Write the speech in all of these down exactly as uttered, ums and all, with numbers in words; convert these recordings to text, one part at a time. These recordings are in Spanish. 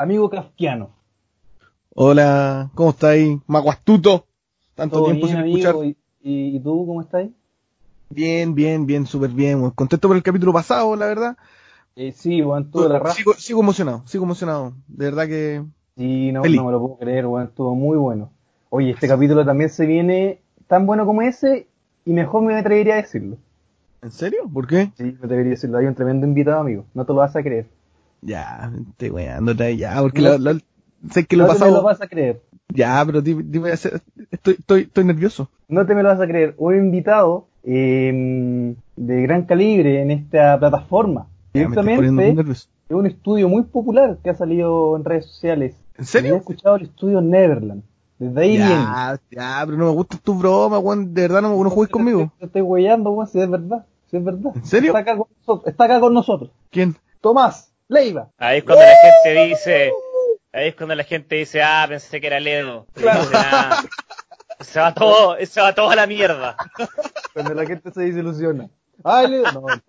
amigo kafkiano. Hola, ¿cómo estáis? Mago astuto. Tanto ¿Todo tiempo bien, sin escuchar. amigo? ¿Y, y, y tú cómo estás? Bien, bien, bien, súper bien. Muy contento por el capítulo pasado, la verdad. Eh, sí, weón, tuve la raja. Sigo, sigo emocionado, sigo emocionado. De verdad que Sí, no, no feliz. me lo puedo creer, weón, estuvo muy bueno. Oye, este capítulo también se viene tan bueno como ese, y mejor me atrevería a decirlo. ¿En serio? ¿Por qué? Sí, me atrevería a decirlo. Hay un tremendo invitado, amigo. No te lo vas a creer. Ya, estoy weándote ahí, ya, porque No, lo, lo- sé que lo he no te me lo pasado. vas a creer. Ya, pero dime, dime, hacer- estoy, estoy, estoy nervioso. No te me lo vas a creer. Un invitado eh, de gran calibre en esta plataforma. Ya, me estoy poniendo muy Directamente nervioso. de un estudio muy popular que ha salido en redes sociales. ¿En No sé si has serio? escuchado el estudio Neverland. Desde ahí viene. Ya, ya, pero no me gustan tus bromas, weón. De verdad no, no No juegues te, te estoy, conmigo. te estoy huellando, weón, si es verdad. Si es verdad. ¿En serio? Está acá con nosotros. Está acá con nosotros. ¿Quién? Tomás Leiva. Ahí es cuando la gente dice, ahí es cuando la gente dice, ah, pensé que era Ledo. Y Claro. dicen, ah, se va todo, se va toda la mierda. Cuando la gente se desilusiona. Ay, Leo. No, no.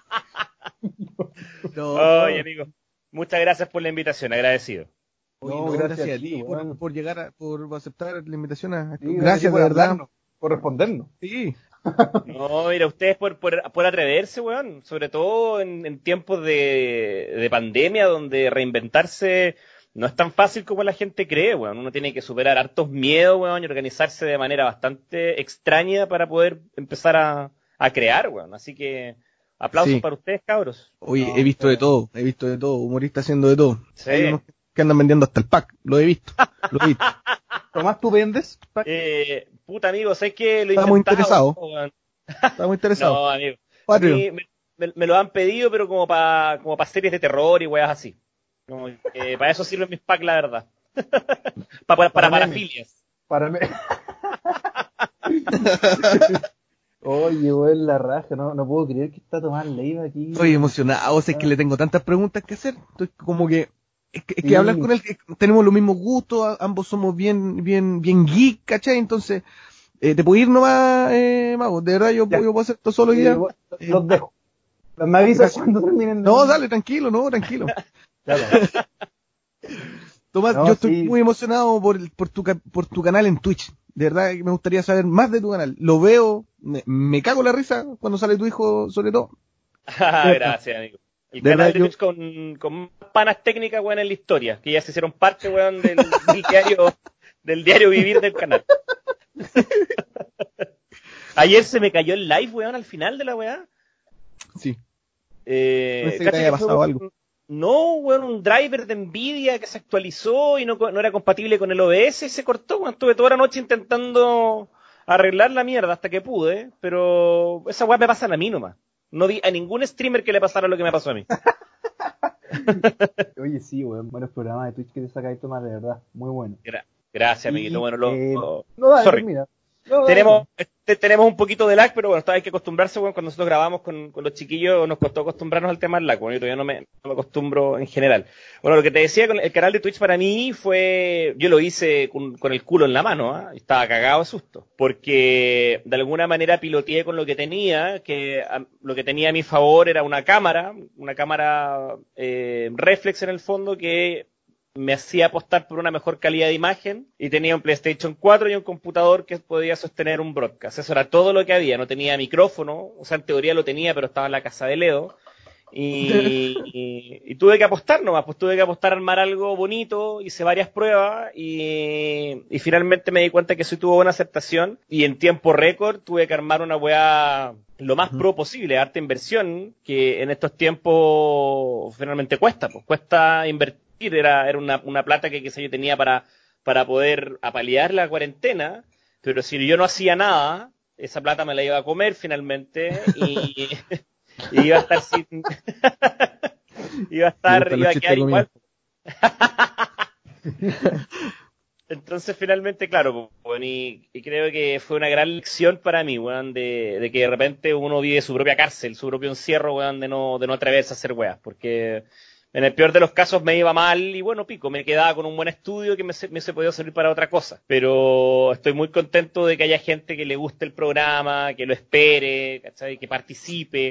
Oye, No. amigo, muchas gracias por la invitación, agradecido. Oye, No, no, gracias gracias a a ti, ti por, weón. por llegar a, por aceptar la invitación a esto. Sí, gracias a ti Gracias, por de verdad. hablarnos, por respondernos. Sí. No, mira, ustedes por, por, por atreverse, weón, sobre todo en, en tiempos de, de pandemia, donde reinventarse no es tan fácil como la gente cree, weón. Uno tiene que superar hartos miedos, weón, y organizarse de manera bastante extraña para poder empezar a, a crear, weón. Así que aplausos Sí. para ustedes, cabros. Oye, No, he visto muchas de gracias. todo, he visto de todo, humorista haciendo de todo. Hay Sí. unos que andan vendiendo hasta el pack, lo he visto, lo he visto. Tomás, ¿tú vendes? Eh, puta amigo, ¿sabes qué? Lo he Estamos intentado, interesados, weón. estamos interesados. No, amigo. A Patreon. mí me, me- me lo han pedido, pero como para como para series de terror y weas así. Como que para eso sirven mis packs, la verdad. Pa- para, Para para memes. parafilias. Para me... Oye, weón, la raja, no, no puedo creer que está Tomás Leiva aquí. Estoy emocionado, o sea, es que Ah, le tengo tantas preguntas que hacer. Estoy como que, es que, es que hablar sí, con él, que tenemos los mismos gustos, a- ambos somos bien, bien, bien geek, ¿cachai? Entonces, eh, te puedo ir nomás, eh, Mago, de verdad yo, puedo- ya. yo puedo hacer esto solo hoy Eh, día. bueno, Eh, los dejo. Me avisas gracias. cuando terminen No, de... dale, tranquilo, no, tranquilo. Claro. Tomás, yo No, estoy sí. muy emocionado por, el- por, tu, ca- por tu canal en Twitch. De verdad que me gustaría saber más de tu canal. Lo veo, me, me cago la risa cuando sale tu hijo, sobre todo. De Ah, verdad, gracias, amigo. El de verdad canal de yo, Twitch con, con más panas técnicas, weón, en la historia, que ya se hicieron parte, weón, del, del diario, del diario vivir del canal. Ayer se me cayó el live, weón, al final de la weá. sí, Eh, pensé que te cacha había que fue pasado algo. un, no, weón, un driver de Nvidia que se actualizó y no, co- no era compatible con el O B S y se cortó, weón. Estuve toda la noche intentando arreglar la mierda hasta que pude, pero esa weá me pasa a mí nomás. No vi a ningún streamer que le pasara lo que me pasó a mí. Oye, sí, weón, buenos programas de Twitch que te sacáis, Tomás, de verdad. Muy bueno. Gra- Gracias, amiguito. Y, Bueno, lo, eh, lo- no, dale, sorry. termina. No, dale, Tenemos, no. este, tenemos un poquito de lag, pero bueno, hay que acostumbrarse, bueno, cuando nosotros grabamos con, con los chiquillos nos costó acostumbrarnos al tema del lag, bueno, yo todavía no me, no me acostumbro en general. Bueno, lo que te decía con el canal de Twitch para mí fue, yo lo hice con, con el culo en la mano, ¿ah? Estaba cagado de susto, porque de alguna manera piloteé con lo que tenía, que a, lo que tenía a mi favor era una cámara, una cámara eh, reflex en el fondo que me hacía apostar por una mejor calidad de imagen y tenía un PlayStation cuatro y un computador que podía sostener un broadcast. Eso era todo lo que había. No tenía micrófono, o sea, en teoría lo tenía, pero estaba en la casa de Leo. Y, y, y tuve que apostar nomás, pues tuve que apostar a armar algo bonito, hice varias pruebas y, y finalmente me di cuenta que eso tuvo buena aceptación y en tiempo récord tuve que armar una weá lo más pro posible, harta inversión, que en estos tiempos finalmente cuesta, pues cuesta invertir. Era, era una, una plata que, que sé yo tenía para, para poder apalear la cuarentena, pero si yo no hacía nada, esa plata me la iba a comer finalmente y, y iba a estar sin iba a Me estar, gustan los iba a chistes de quedar comida. igual. Entonces finalmente, claro, bueno, y, y creo que fue una gran lección para mí, weón, de, de que de repente uno vive su propia cárcel, su propio encierro, weón, de no, de no atreverse a hacer weas, porque en el peor de los casos me iba mal y bueno, pico, me quedaba con un buen estudio que me, se- me hubiese podido servir para otra cosa. Pero estoy muy contento de que haya gente que le guste el programa, que lo espere, ¿cachai? Que participe.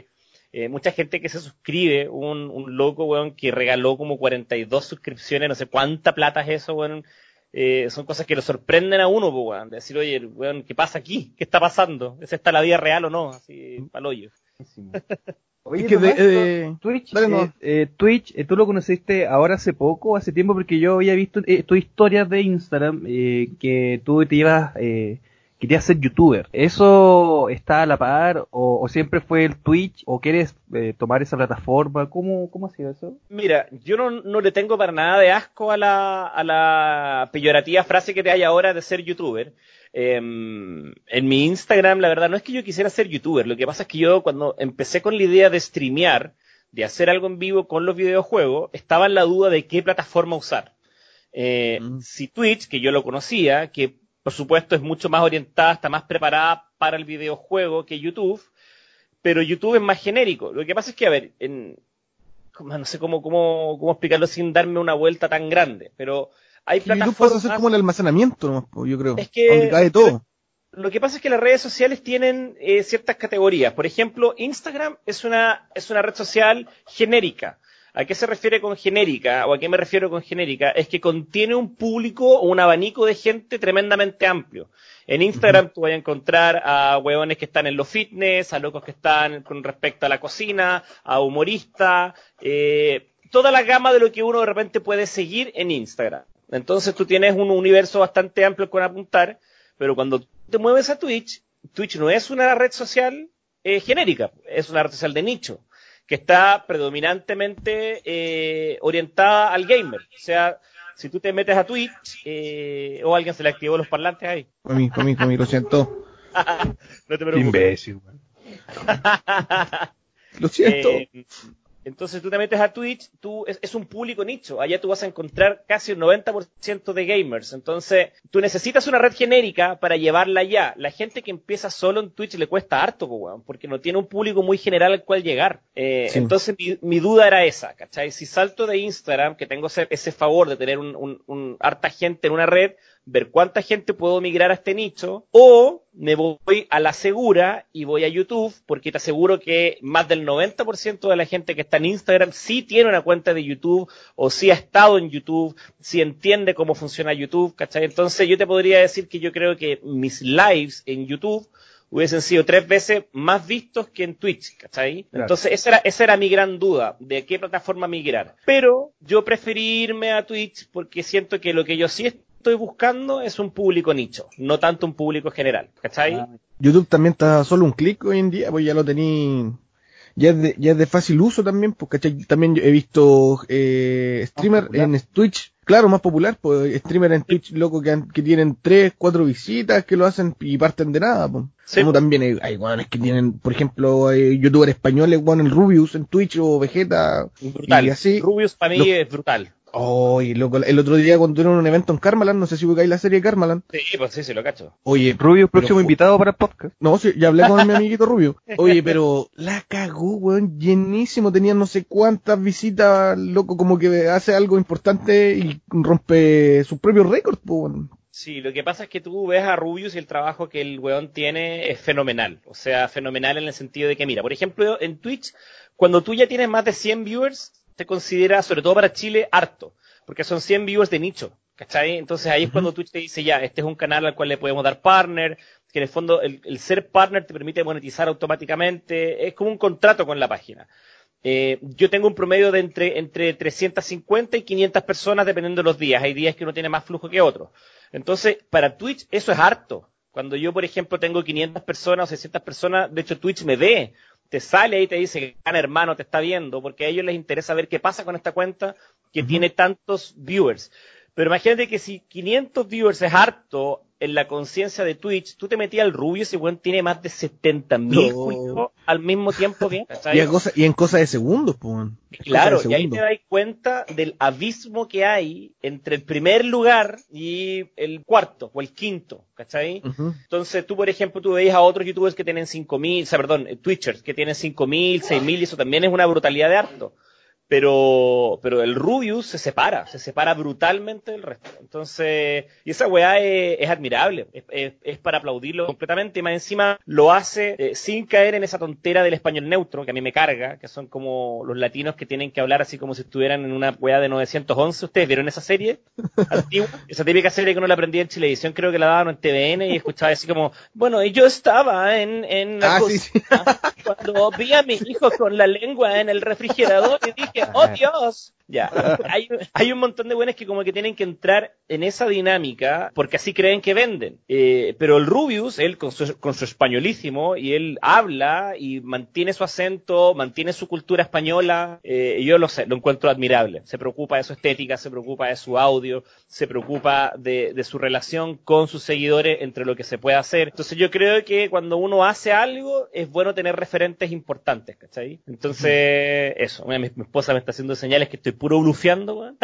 eh, mucha gente que se suscribe, un, un loco, weón, que regaló como cuarenta y dos suscripciones, no sé cuánta plata es eso, weón. Eh, son cosas que lo sorprenden a uno, pues, weón, de decir, oye, weón, ¿qué pasa aquí? ¿Qué está pasando? ¿Es esta la vida real o no? Así, pa'l hoyo. Oye, Es que de- Tomás, eh, Twitch, dale, eh, no. eh, Twitch, eh, ¿tú lo conociste ahora hace poco o hace tiempo? Porque yo había visto eh, tus historias de Instagram eh, que tú te ibas, eh, querías ser youtuber. ¿Eso está a la par o, o siempre fue el Twitch o quieres eh, tomar esa plataforma? ¿Cómo, cómo ha sido eso? Mira, yo no, no le tengo para nada de asco a la, a la peyorativa frase que te hay ahora de ser youtuber. Eh, en mi Instagram, la verdad, no es que yo quisiera ser youtuber. Lo que pasa es que yo cuando empecé con la idea de streamear, de hacer algo en vivo con los videojuegos, estaba en la duda de qué plataforma usar. Eh, Mm. si Twitch, que yo lo conocía, que por supuesto es mucho más orientada, está más preparada para el videojuego que YouTube, pero YouTube es más genérico. Lo que pasa es que, a ver, en, no sé cómo, cómo, cómo explicarlo sin darme una vuelta tan grande, pero hay Que YouTube pasa a plataformas. ser como el almacenamiento, nomás, po, yo creo. Es que Donde cae todo. lo que pasa es que las redes sociales tienen eh, ciertas categorías. Por ejemplo, Instagram es una, es una red social genérica. ¿A qué se refiere con genérica? ¿O a qué me refiero con genérica? Es que contiene un público o un abanico de gente tremendamente amplio. En Instagram uh-huh. tú vas a encontrar a huevones que están en los fitness, a locos que están con respecto a la cocina, a humoristas, eh, toda la gama de lo que uno de repente puede seguir en Instagram. Entonces tú tienes un universo bastante amplio con apuntar, pero cuando te mueves a Twitch, Twitch no es una red social eh, genérica, es una red social de nicho, que está predominantemente eh, orientada al gamer. O sea, si tú te metes a Twitch, eh, o alguien se le activó los parlantes ahí. Para mí, para mí, para mí, lo siento. No te preocupes. Imbécil, man. Lo siento. Eh, Entonces tú te metes a Twitch, tú es, es un público nicho, allá tú vas a encontrar casi un noventa por ciento de gamers, entonces tú necesitas una red genérica para llevarla allá. La gente que empieza solo en Twitch le cuesta harto, pues, weón, porque no tiene un público muy general al cual llegar. Eh, sí. Entonces mi, mi duda era esa, ¿cachai? Si salto de Instagram, que tengo ese, ese favor de tener un, un, un harta gente en una red, ver cuánta gente puedo migrar a este nicho, o me voy a la segura y voy a YouTube, porque te aseguro que más del noventa por ciento de la gente que está en Instagram sí tiene una cuenta de YouTube, o sí ha estado en YouTube, sí entiende cómo funciona YouTube, ¿cachai? Entonces yo te podría decir que yo creo que mis lives en YouTube hubiesen sido tres veces más vistos que en Twitch, ¿cachai? Claro. Entonces esa era, esa era mi gran duda, de qué plataforma migrar. Pero yo preferí irme a Twitch porque siento que lo que yo sí estoy buscando es un público nicho, no tanto un público general, ¿cachai? Ah. YouTube también está solo un clic hoy en día, pues ya lo tení, ya es de, ya es de fácil uso también, pues ¿cachai? También he visto eh, streamer en Twitch, claro, más popular, pues streamer en Twitch, loco, que, han, que tienen tres, cuatro visitas, que lo hacen y parten de nada, pues. Sí. Como también hay, hay guanes que tienen, por ejemplo, hay youtubers españoles, guan el Rubius en Twitch o Vegeta, brutal. Y así. Rubius para mí lo, es brutal. Oye, oh, loco, el otro día cuando tuvieron un evento en Karmaland, no sé si buscáis la serie de Karmaland. Sí, pues sí, sí, lo cacho. Oye, Rubio, próximo invitado para el podcast. No, sí, ya hablé con mi amiguito Rubio. Oye, pero la cagó, weón, llenísimo, tenía no sé cuántas visitas, loco, como que hace algo importante y rompe sus propios récords, weón. Sí, lo que pasa es que tú ves a Rubius y el trabajo que el weón tiene es fenomenal. O sea, fenomenal en el sentido de que, mira, por ejemplo, en Twitch, cuando tú ya tienes más de cien viewers, te considera, sobre todo para Chile, harto, porque son cien viewers de nicho, ¿cachai? Entonces ahí uh-huh. es cuando Twitch te dice, ya, este es un canal al cual le podemos dar partner, que en el fondo el, el ser partner te permite monetizar automáticamente, es como un contrato con la página. Eh, yo tengo un promedio de entre, entre trescientas cincuenta y quinientas personas dependiendo de los días, hay días que uno tiene más flujo que otros. Entonces, para Twitch eso es harto. Cuando yo, por ejemplo, tengo quinientas personas o seiscientas personas, de hecho Twitch me ve, te sale ahí y te dice, gran hermano, te está viendo, porque a ellos les interesa ver qué pasa con esta cuenta que uh-huh. tiene tantos viewers. Pero imagínate que si quinientos viewers es harto en la conciencia de Twitch, tú te metías al Rubio, ese weón tiene más de setenta mil no. al mismo tiempo bien. Y, en cosa, y en cosas de segundos, pues. Claro, y ahí te das cuenta del abismo que hay entre el primer lugar y el cuarto o el quinto, ¿cachai? Uh-huh. Entonces tú, por ejemplo, tú veis a otros youtubers que tienen cinco mil, o sea, perdón, Twitchers que tienen cinco mil, seis mil, y eso también es una brutalidad de harto. pero pero el Rubius se separa, se separa brutalmente del resto. Entonces, y esa weá es, es admirable, es, es, es para aplaudirlo completamente, y más encima lo hace eh, sin caer en esa tontera del español neutro, que a mí me carga, que son como los latinos que tienen que hablar así como si estuvieran en una weá de novecientos once. ¿Ustedes vieron esa serie antigua? Esa típica serie que uno la aprendía en Chilevisión, creo que la daban en T V N, y escuchaba así como, bueno, y yo estaba en, en la Ah, cocina sí, sí. cuando vi a mi hijo con la lengua en el refrigerador y dije, ¡oh Dios! Ya, hay, hay un montón de buenos que como que tienen que entrar en esa dinámica porque así creen que venden. Eh, pero el Rubius, él con su, con su españolísimo, y él habla y mantiene su acento, mantiene su cultura española, eh, y yo lo sé, lo encuentro admirable. Se preocupa de su estética, se preocupa de su audio, se preocupa de, de su relación con sus seguidores entre lo que se puede hacer. Entonces yo creo que cuando uno hace algo es bueno tener referentes importantes, ¿cachai? Entonces, eso. Mira, mi, mi esposa me está haciendo señales que estoy puro blufeando, weón.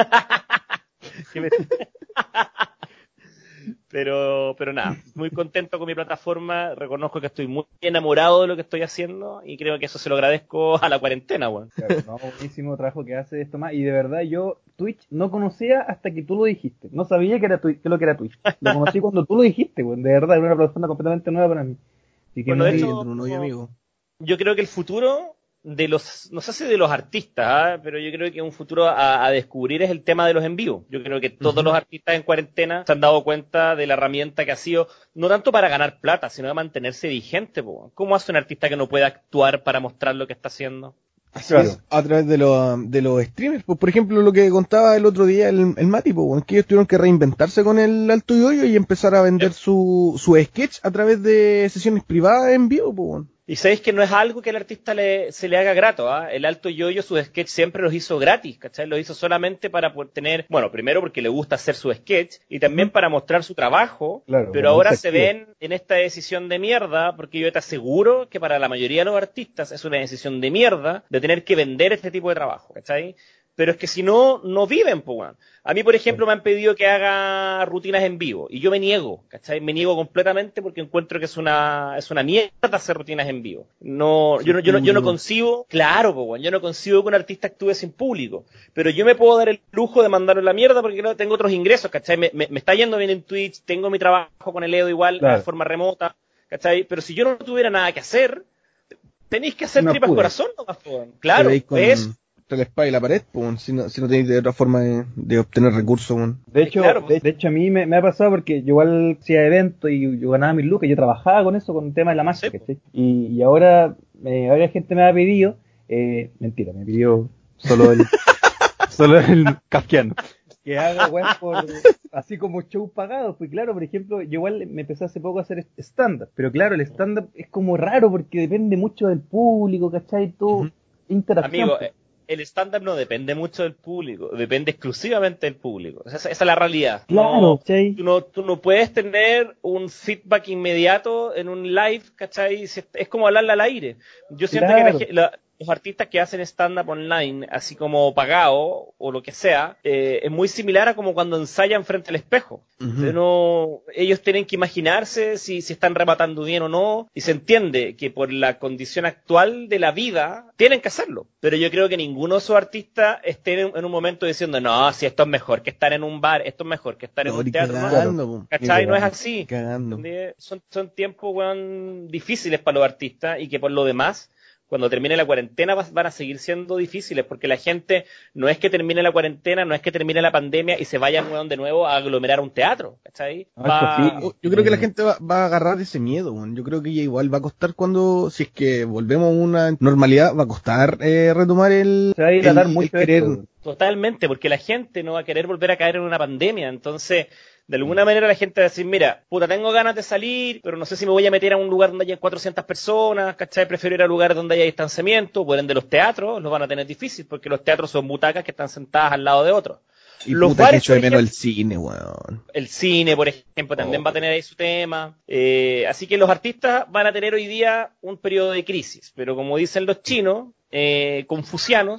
pero, pero nada, muy contento con mi plataforma, reconozco que estoy muy enamorado de lo que estoy haciendo y creo que eso se lo agradezco a la cuarentena, weón. Claro, no, buenísimo trabajo que hace esto más, y de verdad yo Twitch no conocía hasta que tú lo dijiste, no sabía que era Twitch, que lo que era Twitch, lo conocí cuando tú lo dijiste, weón, de verdad, era una plataforma completamente nueva para mí. Así que Bueno, de muy, hecho, Un hoyo, amigo. yo creo que el futuro de los, no sé si de los artistas, ¿ah? Pero yo creo que un futuro a, a descubrir es el tema de los en vivo. Yo creo que todos Ujú. los artistas en cuarentena se han dado cuenta de la herramienta que ha sido, no tanto para ganar plata, sino de mantenerse vigente, po. ¿Cómo hace un artista que no puede actuar para mostrar lo que está haciendo? Así claro. es, a través de, los de los streamers. Pues, por ejemplo, lo que contaba el otro día el, el Mati, pues, weón, que ellos tuvieron que reinventarse con el Alto y Hoyo y empezar a vender su, su sketch a través de sesiones privadas en vivo, pues, weón. Y sabéis que no es algo que al artista le, se le haga grato, ¿ah? El Alto Yoyo sus sketches siempre los hizo gratis, ¿cachai? Los hizo solamente para poder tener, bueno, primero porque le gusta hacer su sketch y también para mostrar su trabajo, Claro, pero como ahora dice se activo. ven en esta decisión de mierda, porque yo te aseguro que para la mayoría de los artistas es una decisión de mierda de tener que vender este tipo de trabajo, ¿cachai? Pero es que si no, no viven, pues, weón. A mí, por ejemplo, me han pedido que haga rutinas en vivo y yo me niego, ¿cachai? Me niego completamente porque encuentro que es una, es una mierda hacer rutinas en vivo. No, yo no, yo no, yo no concibo, claro, pues, weón, yo no concibo que un artista actúe sin público, pero yo me puedo dar el lujo de mandarlo a la mierda porque no tengo otros ingresos, ¿cachai? Me, me, me está yendo bien en Twitch, tengo mi trabajo con el Edo igual, Claro. de forma remota, ¿cachai? Pero si yo no tuviera nada que hacer, tenéis que hacer No tripas pude. corazón, nomás, pues, weón. Te Claro, veis con es... entre la espada y la pared, pues, weón, si no, si no tenéis de otra forma de, de obtener recursos, weón. De hecho, Claro, de, de hecho a mí me, me ha pasado porque yo igual hacía eventos y yo ganaba mis lucas, yo trabajaba con eso, con el tema de la magia, Sí, ¿cachai? Y, y ahora, eh, ahora la gente me ha pedido, eh, mentira, me pidió solo el, solo el kafkiano, que haga weón por, así como show pagados, pues claro, por ejemplo, yo igual me empecé hace poco a hacer stand-up, pero claro, el stand-up es como raro porque depende mucho del público, ¿cachai? Todo, Ujú. interacción. amigo, pues. eh, el stand-up no depende mucho del público, depende exclusivamente del público. Esa, esa es la realidad. Claro, No, ¿cachai? tú no, tú no puedes tener un feedback inmediato en un live, ¿cachai? Si Es es como hablarle al aire. Yo siento que la Claro. ge- la- los artistas que hacen stand-up online, así como pagado o lo que sea, eh, es muy similar a como cuando ensayan frente al espejo. Ujú. No, ellos tienen que imaginarse si, si están rematando bien o no, y se entiende que por la condición actual de la vida tienen que hacerlo. Pero yo creo que ninguno de esos artistas esté en, en un momento diciendo, no, si esto es mejor que estar en un bar, esto es mejor que estar en No, un ni teatro, ¿no? cagando, po. ¿Cachai? Ni No es cagando. así. Cagando. ¿Entendés? Son, son tiempos, weón, difíciles para los artistas y que por lo demás, cuando termine la cuarentena va- van a seguir siendo difíciles porque la gente no es que termine la cuarentena, no es que termine la pandemia y se vayan, weón, de nuevo a aglomerar a un teatro, ¿cachai? No, Va, esto sí. Yo creo que la gente va, va a agarrar ese miedo, weón. Yo creo que ya igual va a costar cuando, si es que volvemos a una normalidad, va a costar eh, retomar el, Se va a dilatar el, el mucho querer. esto. totalmente, porque la gente no va a querer volver a caer en una pandemia. Entonces, de alguna manera la gente va a decir, mira, puta, tengo ganas de salir, pero no sé si me voy a meter a un lugar donde haya cuatrocientas personas, ¿cachai? Prefiero ir a lugares donde haya distanciamiento. Por ende, los teatros los van a tener difícil, porque los teatros son butacas que están sentadas al lado de otros. Y Los puta que bares, echo por de menos ejemplo, el cine, weón. el cine, por ejemplo, también Oh. va a tener ahí su tema. Eh, así que los artistas van a tener hoy día un periodo de crisis. Pero como dicen los chinos, eh, confucianos,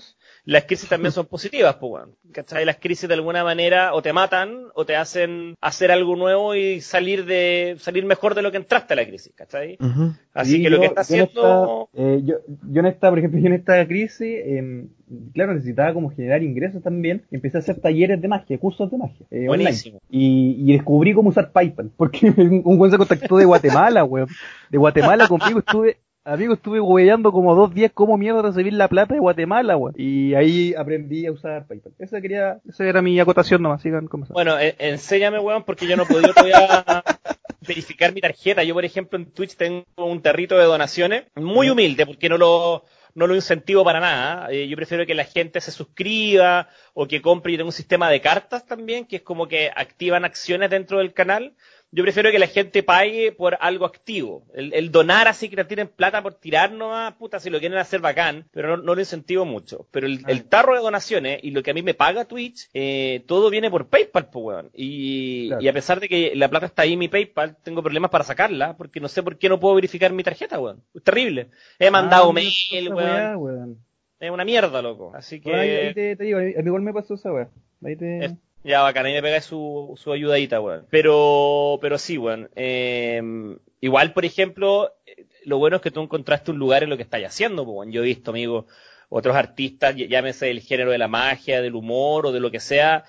las crisis también son positivas, pues, weón. ¿Cachai? Las crisis de alguna manera o te matan o te hacen hacer algo nuevo y salir de salir mejor de lo que entraste a la crisis, ¿cachai? Uh-huh. Así Sí, que lo yo- que está yo en haciendo... esta, eh, yo, yo en esta, por ejemplo, yo en esta crisis, eh, claro, necesitaba como generar ingresos también. Empecé a hacer talleres de magia, cursos de magia, eh, online. Buenísimo. Y, y descubrí cómo usar PayPal, porque un, un buen se contactó de Guatemala, weón. De Guatemala conmigo estuve, amigo, estuve hueveando como dos días cómo mierda recibir la plata de Guatemala, weón. Y ahí aprendí a usar PayPal. Esa quería, esa era mi acotación nomás, sigan conversando. Bueno, eh, enséñame, weón, porque yo no podía todavía verificar mi tarjeta. Yo, por ejemplo, en Twitch tengo un tarrito de donaciones muy humilde, porque no lo no lo incentivo para nada. Eh, yo prefiero que la gente se suscriba o que compre. Yo tengo un sistema de cartas también, que es como que activan acciones dentro del canal. Yo prefiero que la gente pague por algo activo. El, el donar así que te tiren plata por tirar nomás, puta, si lo quieren hacer bacán, pero no, no lo incentivo mucho. Pero el, el tarro de donaciones y lo que a mí me paga Twitch, eh, todo viene por PayPal, pues, weón. Y, Claro. y a pesar de que la plata está ahí en mi PayPal, tengo problemas para sacarla, porque no sé por qué no puedo verificar mi tarjeta, weón. Es terrible. He mandado Ah, mail, esa weón. weá, weón. Es una mierda, loco. Así Bueno, ahí, ahí que... te, te digo, a mí a mí igual me pasó esa weá. Ahí te... Es- Ya, bacán, ahí me pega su, su ayudadita, weón. Pero, pero sí, weón. Eh, igual, por ejemplo, eh, lo bueno es que tú encontraste un lugar en lo que estás haciendo, pues, weón. Yo he visto, amigo, otros artistas, ll- llámese del género de la magia, del humor o de lo que sea,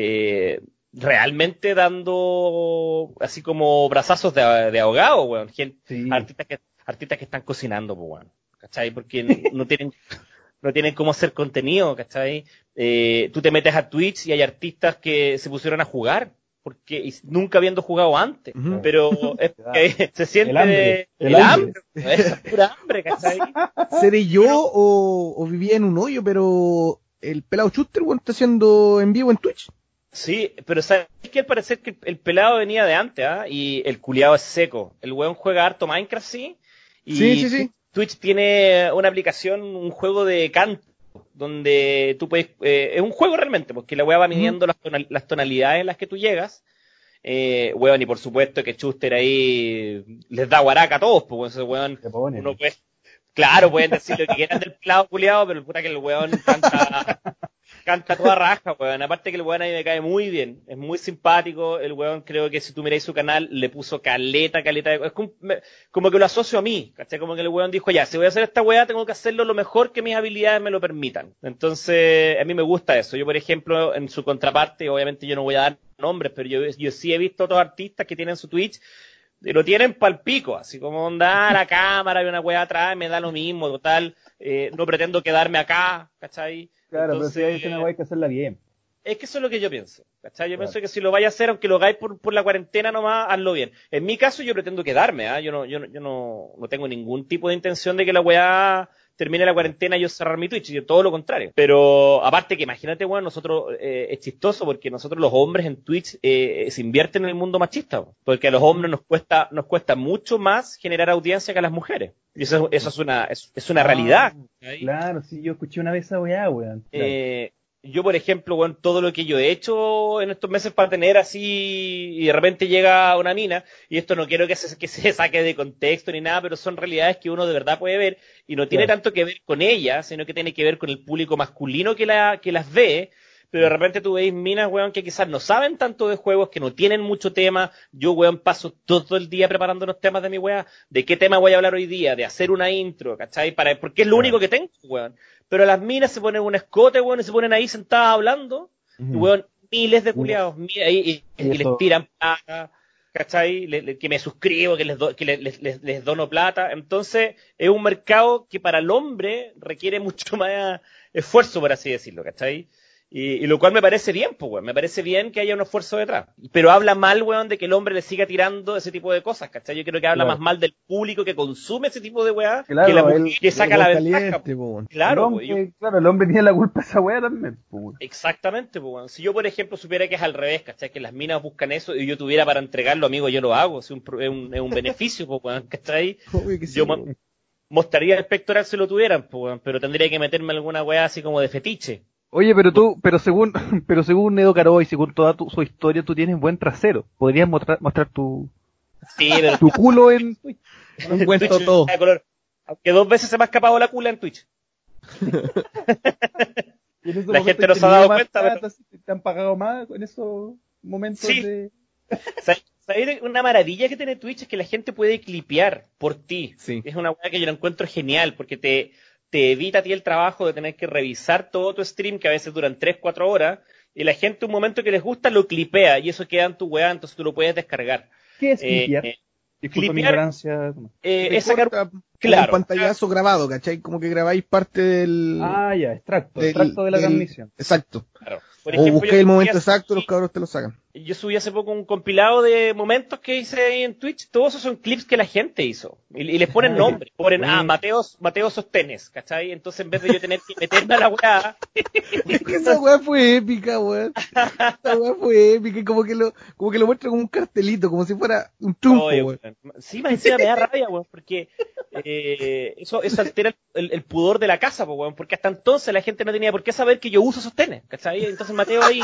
eh, realmente dando así como brazazos de, de ahogado, weón. Gen- Sí. artistas que, artistas que están cocinando, pues, weón. ¿Cachai? Porque no tienen no tienen cómo hacer contenido, ¿cachai? Eh, tú te metes a Twitch y hay artistas que se pusieron a jugar, porque y nunca habiendo jugado antes, Ujú. pero es que se siente El hambre, el, el hambre. hambre, es pura hambre, ¿cachai? ¿Seré yo o, o vivía en un hoyo, pero el pelado Chuster, weón, está haciendo en vivo en Twitch? Sí, pero sabes que al parecer que el, el pelado venía de antes, ¿ah? Y el culiado es seco. El weón juega harto Minecraft, sí, y Sí, sí, sí. Twitch tiene una aplicación, un juego de canto, donde tú puedes, eh, es un juego realmente, porque la weá va midiendo las, tonal- las tonalidades en las que tú llegas, eh, weón, y por supuesto que Schuster ahí les da guaraca a todos, pues ese weón, Se ponen. uno puede, claro, pueden decir lo que quieran del pelado culiado, pero puta que el weón canta, canta toda raja, weón. Aparte que el weón a mí me cae muy bien, es muy simpático, el weón creo que si tú miráis su canal le puso caleta, caleta, de- es como, me- como que lo asocio a mí, ¿cachai? Como que el weón dijo, ya, si voy a hacer esta weá tengo que hacerlo lo mejor que mis habilidades me lo permitan. Entonces, a mí me gusta eso. Yo, por ejemplo, en su contraparte, obviamente yo no voy a dar nombres, pero yo, yo sí he visto otros artistas que tienen su Twitch y lo tienen pal pico, así como onda, la cámara y una weá atrás, me da lo mismo, total, eh, no pretendo quedarme acá, ¿cachai? Claro, pero si hay Entonces, una weá hay que hacerla bien. es que eso es lo que yo pienso, ¿cachai? Yo Claro. pienso que si lo vais a hacer, aunque lo hagáis por, por la cuarentena nomás, hazlo bien. En mi caso, yo pretendo quedarme, ¿ah? Yo no, yo no, yo no, no tengo ningún tipo de intención de que la weá termine la cuarentena y yo cerrar mi Twitch, yo todo lo contrario. Pero, aparte que imagínate, weón, nosotros, eh, es chistoso porque nosotros los hombres en Twitch, eh, se invierten en el mundo machista, weón. Porque a los hombres nos cuesta, nos cuesta mucho más generar audiencia que a las mujeres. Y eso, eso es una, es, es una Ah, realidad. ¿cachai? Claro, sí, yo escuché una vez esa weá, weón. Claro. Eh, yo, por ejemplo, bueno, todo lo que yo he hecho en estos meses para tener así, y de repente llega una mina, y esto no quiero que se, que se saque de contexto ni nada, pero son realidades que uno de verdad puede ver, y no tiene Claro. tanto que ver con ellas, sino que tiene que ver con el público masculino que, la, que las ve, pero de repente tú veis minas, weón, que quizás no saben tanto de juegos, que no tienen mucho tema. Yo, weón, paso todo el día preparando los temas de mi weá. ¿De qué tema voy a hablar hoy día? De hacer una intro, ¿cachai? Para, porque es lo Claro. único que tengo, weón. Pero las minas se ponen un escote, weón, y se ponen ahí sentadas hablando. Y, Ujú. weón, miles de culiados, mi- ahí, y, Y y les eso- tiran plata, ¿cachai? Le- le- que me suscribo, que les, do- que les, les, les- les dono plata. Entonces, es un mercado que para el hombre requiere mucho más esfuerzo, por así decirlo, ¿cachai? Y, y lo cual me parece bien, pues, weón. Me parece bien que haya un esfuerzo detrás. Pero habla mal, weón, de que el hombre le siga tirando ese tipo de cosas, ¿cachai? Yo creo que habla Claro. más mal del público que consume ese tipo de weá Claro, que la mujer él- que saca la Igual ventaja. caliente, po. po, weón. el Claro, hombre, pues, yo- claro, el hombre tiene la culpa de esa weá también, pues, weón. exactamente, pues, weón. Si yo, por ejemplo, supiera que es al revés, ¿cachai? Que las minas buscan eso y yo tuviera para entregarlo, amigo, yo lo hago. Es un, pro- es un, es un beneficio, pues, weón, ¿cachai? Obvio que sí, Yo mo- weón. mostraría el pectoral si lo tuvieran, pues, weón, pero tendría que meterme alguna weá así como de fetiche. Oye, pero tú, pero según, pero según Edo Caro y según toda tu, su historia, tú tienes buen trasero. Podrías mostrar, mostrar tu, Sí, pero tu culo en Twitch. Un buen Twitch totó. de color. Aunque dos veces se me ha escapado la cula en Twitch. Y en esos La momentos gente no has se ha tenido dado más cuenta, plata, pero- así, ¿te han pagado más en esos momentos Sí. de...? ¿Sabes? ¿Sabes? Una maravilla que tiene Twitch es que la gente puede clipear por ti. Sí. Es una weá que yo la encuentro genial porque te, te evita a ti el trabajo de tener que revisar todo tu stream, que a veces duran tres cuatro horas, y la gente un momento que les gusta lo clipea y eso queda en tu weá, entonces tú lo puedes descargar. ¿Qué es Eh, clipear? eh, Disculpa mi clipear, ignorancia. eh, Te es sacar, corta como claro, un pantallazo grabado, ¿cachai? Como que grabáis parte del... Ah, ya, extracto, del, extracto de la del- transmisión. Exacto. claro. Por O ejemplo, busqué yo el momento subí hace- exacto, los cabros te lo sacan. Yo subí hace poco un compilado de momentos que hice ahí en Twitch. Todos esos son clips que la gente hizo. Y, y les ponen Ah, nombre. Ponen, ah, bueno. Mateo, Mateo Sostenes, ¿cachai? Entonces en vez de yo tener que meterme a la weá, Esa weá fue épica, weón. Esa weá fue épica, y como que lo, como que lo muestra como un cartelito, como si fuera un triunfo, oye, weón. weón, sí, más encima me da rabia, weón, porque eh, eso, eso altera el, el pudor de la casa, po, weón, porque hasta entonces la gente no tenía por qué saber que yo uso sostenes, ¿cachai? Entonces Mateo ahí,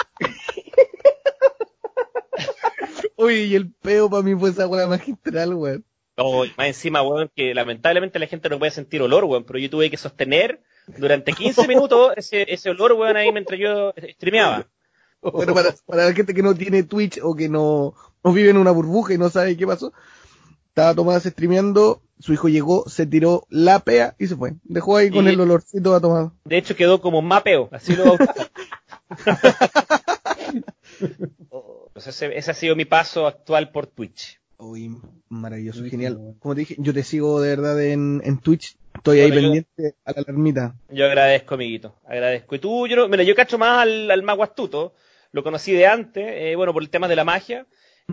Oye, y el peo para mí fue esa weá magistral, weón. oh, más encima, weón, que lamentablemente la gente no puede sentir olor, weón, pero yo tuve que sostener durante quince minutos ese, ese olor, weón, ahí mientras yo streameaba. Bueno, para, para la gente que no tiene Twitch o que no, no vive en una burbuja y no sabe qué pasó, estaba Tomás streameando, su hijo llegó, se tiró la pea y se fue. Dejó ahí con Y- el olorcito a Tomás. De hecho quedó como mapeo, así lo bautizaron. Pues ese, ese ha sido mi paso actual por Twitch. Uy, maravilloso, Buenísimo, genial. weón. Como te dije, yo te sigo de verdad en, en Twitch. Estoy ahí Bueno, yo- pendiente a la alarmita. Yo agradezco, amiguito, agradezco. Y tú, yo no, mira, yo cacho más al, al mago astuto, lo conocí de antes, eh, bueno, por el tema de la magia.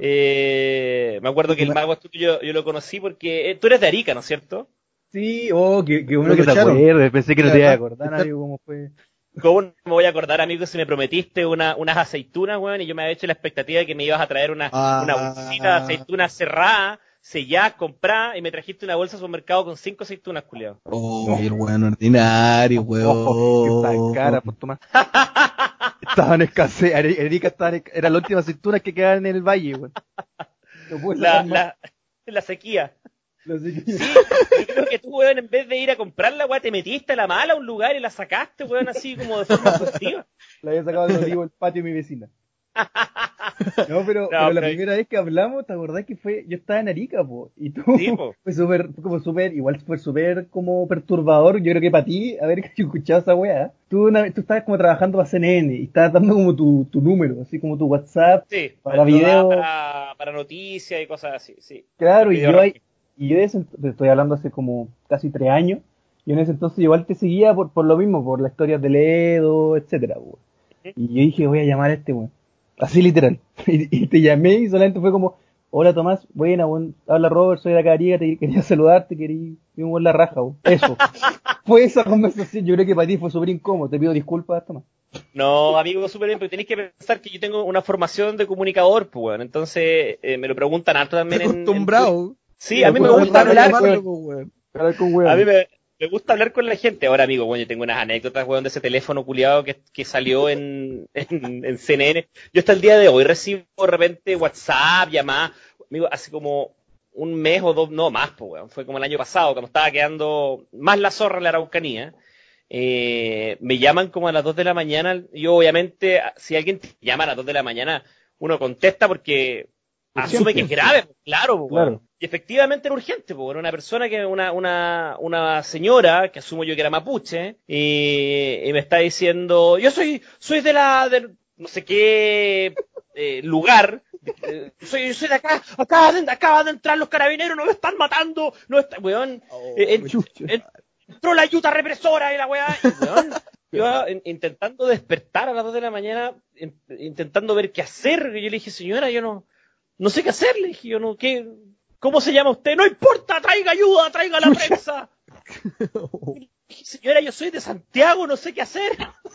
Eh, me acuerdo que el mago astuto yo, yo lo conocí porque eh, tú eres de Arica, ¿no es cierto? Sí, oh, qué, qué bueno Lo que te echaron. acuerdes. Pensé que no te iba a ¿Verdad? acordar, amigo, cómo fue. ¿Cómo no me voy a acordar, amigo, si me prometiste una, unas aceitunas, weón, y yo me había hecho la expectativa de que me ibas a traer una, Ah. una bolsita de aceitunas cerrada, sellada, comprada, y me trajiste una bolsa de supermercado con cinco aceitunas, culiado. Oh, el weón ordinario, Ojo, que está weón. cara, pues Tomás. Estaban escasez. Eri- Erika estaba en- era la última aceituna que quedaban en el valle, weón. No pude La, sacar más. la, la sequía. Lo sé que- Sí, yo creo que tú, weón, en vez de ir a comprarla, weón, te metiste a la mala a un lugar y la sacaste, weón, así como de forma furtiva. La había sacado del olivo del patio de mi vecina. No, pero, No, pero la pero- primera vez que hablamos, ¿te acordás que fue? Yo estaba en Arica, po, y tú, Sí, po. fue súper, fue como súper, igual fue súper como perturbador, yo creo que para ti, a ver que yo escuchaba esa weá, tú, una, vez- tú estabas como trabajando para C N N, y estabas dando como tu, tu número, así como tu WhatsApp, Sí, para lo da video. Para, para noticias y cosas así, sí. Claro, y Video yo, ahí- rápido. y yo de ese, ent- te estoy hablando hace como casi tres años, y en ese entonces igual te seguía por, por lo mismo, por las historias de Ledo, etcétera, po. Y yo dije, voy a llamar a este weón. Así literal. Y, y te llamé y solamente fue como, hola Tomás, buena, weón, habla Robert, soy de acá de Arica, te quería saludarte, quería ir un la raja, weón. Eso. Fue esa conversación, yo creo que para ti fue súper incómodo, te pido disculpas, Tomás. No, amigo, súper bien, porque tenéis que pensar que yo tengo una formación de comunicador, pues, weón. Entonces, eh, me lo preguntan harto también en, en Acostumbrado. Sí, a mí me Después gusta mandaron a hablar llamarlo, con, weón. Hablar con a mí weón. me, me gusta hablar con la gente. Ahora, amigo, bueno, yo tengo unas anécdotas, weón, de ese teléfono culiado que, que salió en, en, en C N N. Yo hasta el día de hoy recibo de repente WhatsApp, llamadas, amigo, hace como un mes o dos, no más, pues, weón. Fue como el año pasado, cuando estaba quedando más la zorra en la Araucanía. Eh, me llaman como a las dos de la mañana. Yo, obviamente, si alguien te llama a las dos de la mañana, uno contesta porque asume que es grave, pues, claro, pues, Claro. weón. Y efectivamente era urgente, pues, era una persona que, una, una, una señora, que asumo yo que era mapuche, y, y me está diciendo, yo soy, soy de la, de no sé qué eh, lugar, eh, soy, soy de acá, acá de, acaba de entrar los carabineros, nos están matando, no está, weón, eh, en- chucha. en- entró la ayuda represora y la weá, y weón, yo en- intentando despertar a las dos de la mañana, in- intentando ver qué hacer, y yo le dije, señora, yo no, no sé qué hacer, le dije, yo no, ¿qué? ¿Cómo se llama usted? No importa, traiga ayuda, traiga la prensa. Y dije, señora, yo soy de Santiago, no sé qué hacer.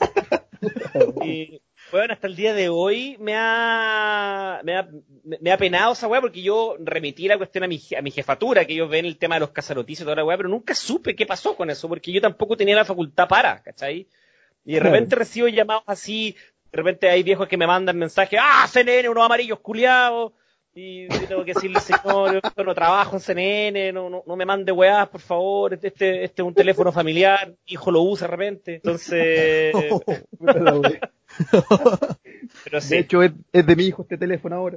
Y, bueno, hasta el día de hoy me ha, me ha, me ha penado esa weá porque yo remití la cuestión a mi, a mi jefatura, que ellos ven el tema de los cazanoticias y toda la weá, pero nunca supe qué pasó con eso, porque yo tampoco tenía la facultad para, ¿cachai? Y de Claro. repente recibo llamados así, de repente hay viejos que me mandan mensajes, ah, C N N, unos amarillos culiados. Y yo tengo que decirle, señor, yo no trabajo en C N N, no, no, no me mande weás, por favor, este, este, este es un teléfono familiar, mi hijo lo usa de repente, entonces... Pero sí. De hecho, es, es de mi hijo este teléfono ahora.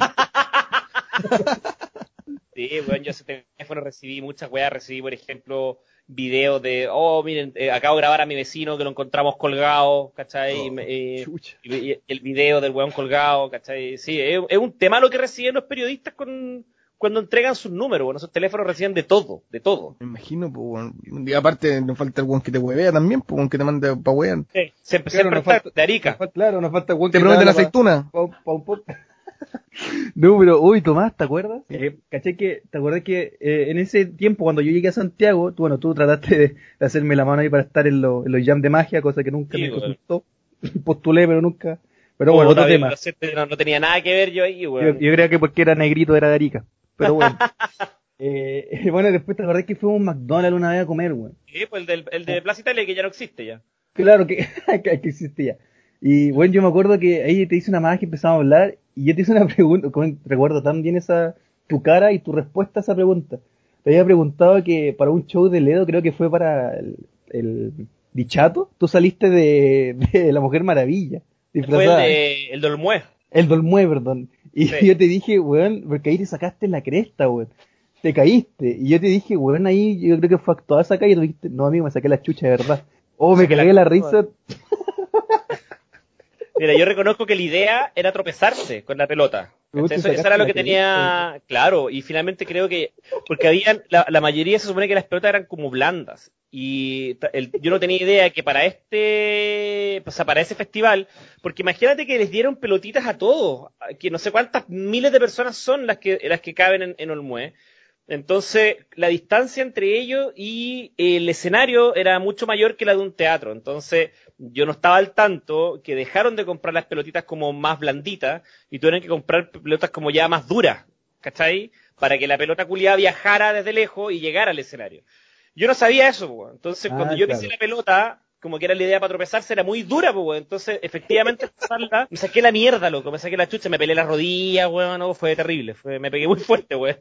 Sí, bueno, yo ese teléfono recibí muchas weas, recibí, por ejemplo, videos de, oh, miren, eh, acabo de grabar a mi vecino que lo encontramos colgado, ¿cachai? Oh, y, me- eh, chucha. y- y el video del weón colgado, ¿cachai? Sí, es, es un tema lo que reciben los periodistas con, cuando entregan sus números, bueno, esos teléfonos reciben de todo, de todo. Me imagino, pues, weón. Y aparte, nos falta el weón que te huevea también, pues, weón, que te mande pa' weón. Sí, siempre, Claro, siempre nos está falta- de Arica. Nos falta- claro, nos falta weón Te que promete la habla pa- aceituna. pa- pa un podcast. No, pero, uy, Tomás, ¿te acuerdas? Eh, ¿Caché que, te acuerdas que eh, en ese tiempo, cuando yo llegué a Santiago, tú, bueno, tú trataste de, de hacerme la mano ahí para estar en, lo- en los jam de magia, cosa que nunca Sí, me bueno. resultó. Postulé, pero nunca. Pero bueno, otro Puta, tema. No, no tenía nada que ver yo ahí, Yo, weón. yo creo que porque era negrito era de Arica. Pero bueno. eh, bueno, después te acordás que fuimos a un McDonald's una vez a comer, weón. Sí, pues el, del, el de Plaza Italia que ya no existe ya. Claro que, que que existía. Y bueno, yo me acuerdo que ahí te hice una magia, empezamos a hablar, y yo te hice una pregunta, como recuerdo tan bien esa, tu cara y tu respuesta a esa pregunta. Te había preguntado que para un show de Ledo, creo que fue para el, el Dichato, tú saliste de, de La Mujer Maravilla, Fue el disfrazada. de, el de Olmué. El Dolmue, perdón. Y Sí. yo te dije, weón, porque ahí te sacaste la cresta, weón. Te caíste. Y yo te dije, weón, ahí yo creo que fue actuada esa calle y tú dijiste, no, amigo, me saqué la chucha de verdad. Oh, me Saqué la cagué la cresta, risa. Mira, yo reconozco que la idea era tropezarse con la pelota. Tú ¿Cachai? te Eso, sacaste eso era lo la que tenía claro. Y finalmente creo que, porque habían, la, la mayoría se supone que las pelotas eran como blandas. Y ta- el- yo no tenía idea que para este, o sea, para ese festival, porque imagínate que les dieron pelotitas a todos, que no sé cuántas miles de personas son las que, las que caben en, en Olmué. Entonces, la distancia entre ellos y el escenario era mucho mayor que la de un teatro. Entonces, yo no estaba al tanto que dejaron de comprar las pelotitas como más blanditas y tuvieron que comprar pelotas como ya más duras, ¿cachai? Para que la pelota culiada viajara desde lejos y llegara al escenario. Yo no sabía eso, pues. Entonces, Ah, cuando yo claro. pisé la pelota, como que era la idea para tropezarse, era muy dura, pues, weón. Entonces, efectivamente, al pasarla, me saqué la mierda, loco, me saqué la chucha, me pelé las rodillas, weón, no, fue terrible, fue, me pegué muy fuerte, weón.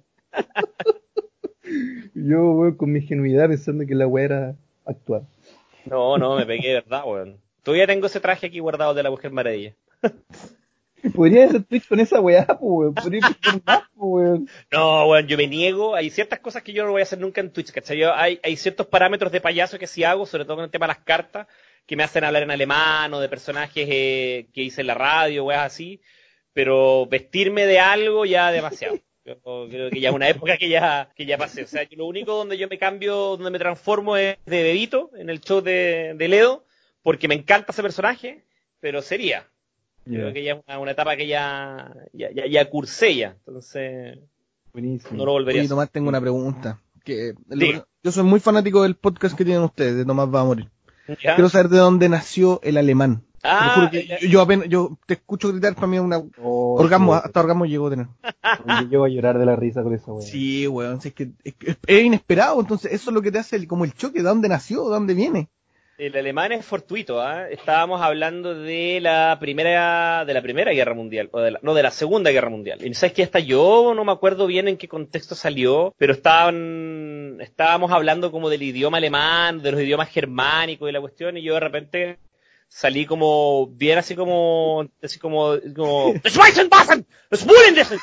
Yo, weón, con mi ingenuidad pensando que la weá era actual. No, no, me pegué de verdad, weón. Todavía tengo ese traje aquí guardado de la Mujer Maravilla. Podría hacer tweet con esa weá, pues, weón. Podría hacer más, pues, weón. No, weón, yo me niego. Hay ciertas cosas que yo no voy a hacer nunca en Twitch, ¿cachai? Yo, hay, hay ciertos parámetros de payaso que sí hago, sobre todo con el tema de las cartas, que me hacen hablar en alemán o de personajes eh, que hice en la radio, weas así. Pero vestirme de algo ya demasiado. Yo creo que ya es una época que ya, que ya pasé. O sea, yo lo único donde yo me cambio, donde me transformo es de Bebito, en el show de, de Ledo, porque me encanta ese personaje, pero sería. Creo Ya, que ya es una, una etapa que ya, ya, ya, ya cursé ya. Entonces, buenísimo. no lo volvería a Oye, hacer. Tomás, tengo una pregunta. Que lo- Diga. yo soy muy fanático del podcast que tienen ustedes, de Tomás va a morir. ¿Ya? Quiero saber de dónde nació el alemán. Te lo Ah, juro que eh, yo, yo apenas, yo te escucho gritar, para mí es una Oh, orgasmo, weón. hasta orgasmo llegó a tener. Yo, yo voy a llorar de la risa con esa weá. Sí, weón, si es que es, es- es inesperado, entonces eso es lo que te hace el- como el choque, ¿de dónde nació? ¿De dónde viene? el alemán es fortuito, ¿ah? Estábamos hablando de la primera, de la primera guerra mundial, o de la, no, de la segunda guerra mundial. Y sabes que hasta yo no me acuerdo bien en qué contexto salió, pero estaban, estábamos hablando como del idioma alemán, de los idiomas germánicos y la cuestión, y yo de repente salí como, bien así como, así como, como, ¡Das Weizenwassen! ¡Das Bullendessen!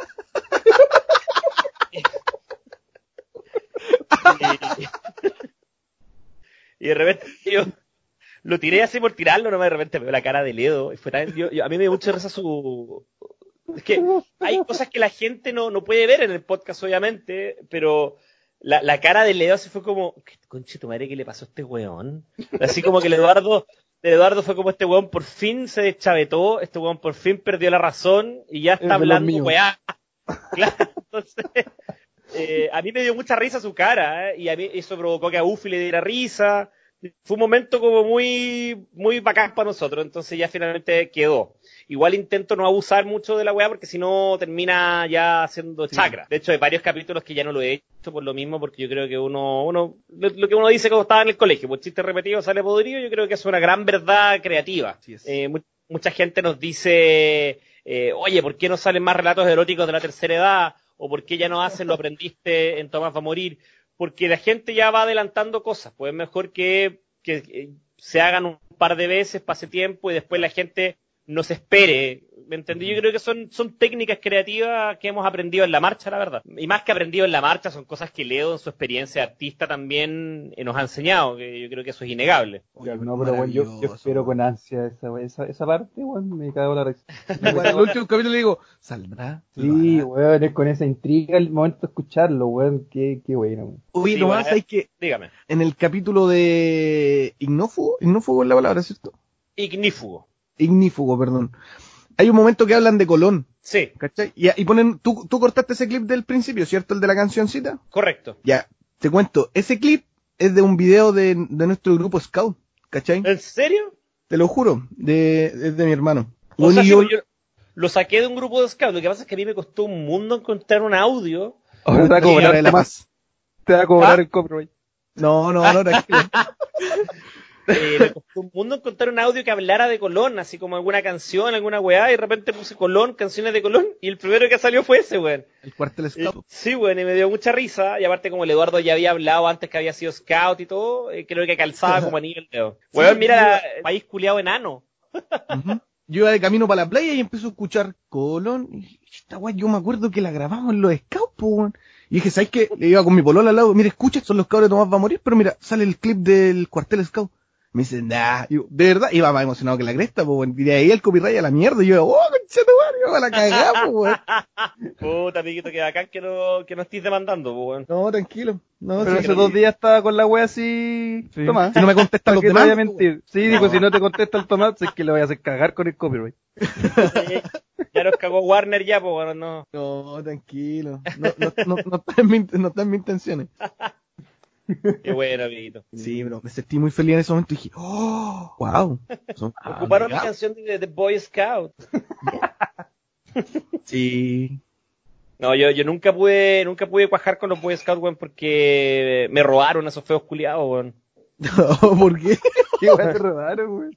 Y, y de repente yo lo tiré así por tirarlo, no me de repente veo la cara de Ledo. Y fue tan, yo, yo- a mí me dio mucha risa su... Es que hay cosas que la gente no, no puede ver en el podcast, obviamente, pero la, la cara de Ledo se fue como, ¿qué conche tu madre qué le pasó a este weón? Así como que el Eduardo, el Eduardo fue como este weón por fin se deschavetó, este weón por fin perdió la razón y ya Es de está los hablando míos. weá. Claro, entonces... Eh, a mí me dio mucha risa su cara, ¿eh? Y a mí eso provocó que a Ufi le diera risa. Fue un momento como muy, muy bacán para nosotros, entonces ya finalmente quedó. Igual intento no abusar mucho de la weá porque si no termina ya haciendo chakra. De hecho, hay varios capítulos que ya no lo he hecho por lo mismo, porque yo creo que uno, uno, lo, lo que uno dice cuando estaba en el colegio, pues chiste repetido sale podrido, yo creo que es una gran verdad creativa. Así es. Eh, mu- mucha gente nos dice, eh, oye, ¿por qué no salen más relatos eróticos de la tercera edad? ¿O por qué ya no hacen Lo aprendiste en Tomás va a morir? Porque la gente ya va adelantando cosas, pues es mejor que, que, que se hagan un par de veces, pase tiempo y después la gente no se espere. ¿Me entendí? Yo creo que son, son técnicas creativas que hemos aprendido en la marcha, la verdad. Y más que aprendido en la marcha, son cosas que Leo en su experiencia de artista también eh, nos ha enseñado, que yo creo que eso es innegable. Ya, no, pero bueno, yo, yo espero con ansia esa, esa, esa parte, weón, me cago en la risa. En el último capítulo le digo, ¿saldrá? Sí, weón, es con esa intriga el momento de escucharlo, weón, qué, qué bueno, weón. Oye, Sí, nomás bueno, hay que, dígame. en el capítulo de Ignófugo, Ignófugo es la palabra, ¿cierto? Ignífugo. Ignífugo, perdón. Hay un momento que hablan de Colón, Sí, ¿cachai? Y, y ponen, tú, tú cortaste ese clip del principio, ¿cierto? El de la cancioncita. correcto. Ya, te cuento, ese clip es de un video de, de nuestro grupo Scout, ¿cachai? ¿En serio? Te lo juro, de, es de mi hermano. O Bueno, sea, y sí, yo, pues yo lo saqué de un grupo de scout. Lo que pasa es que a mí me costó un mundo encontrar un audio. Ahora te va a Puta, cobrar, Señora de la Tomás, Paz. te va a cobrar ¿Ah? el copyright. No, no, no, tranquilo. Eh, me costó un mundo encontrar un audio que hablara de Colón, así como alguna canción, alguna weá, y de repente puse Colón, canciones de Colón, y el primero que salió fue ese, weón. El cuartel Eh, Scout. sí, weón, y me dio mucha risa, y aparte como el Eduardo ya había hablado antes que había sido scout y todo, eh, creo que calzaba como anillo el dedo. Weón, mira, el país culiado enano. Uh-huh. Yo iba de camino para la playa y empiezo a escuchar Colón. Y esta weá, yo me acuerdo que la grabamos en los Scouts, po, weón. Y dije, ¿sabes qué? Le iba con mi polola al lado, mira, escucha, son los cabros de Tomás va a morir, pero mira, sale el clip del cuartel Scout. Me dicen, nah, yo, de verdad, iba más emocionado que la cresta, po, weón. Y de ahí el copyright a la mierda. Y yo, oh, conchetumare, iba a la cagada, po, weón. Puta, amiguito, que bacán que no, que no estés demandando, po, weón. No, tranquilo. No, Pero sí, hace dos días estaba con la wea así, sí. Tomás. Si no me contestan ¿Para los qué te demás. voy a mentir? Sí, digo, si no te contesta el Tomás, es que le voy a hacer cagar con el copyright. Eh, Ya nos cagó Warner ya, pues bueno, no. No, tranquilo. No, no, no, no, está en mi, no está en mis intenciones. Qué bueno, amiguito. Sí, bro, me sentí muy feliz en ese momento y dije, oh, wow. Son, Ocuparon ah, mi canción de The Boy Scout. sí. No, yo, yo nunca pude, nunca pude cuajar con los Boy Scouts, weón, porque me robaron esos feos culiados, weón. No, ¿por qué? Qué wea te robaron, weón.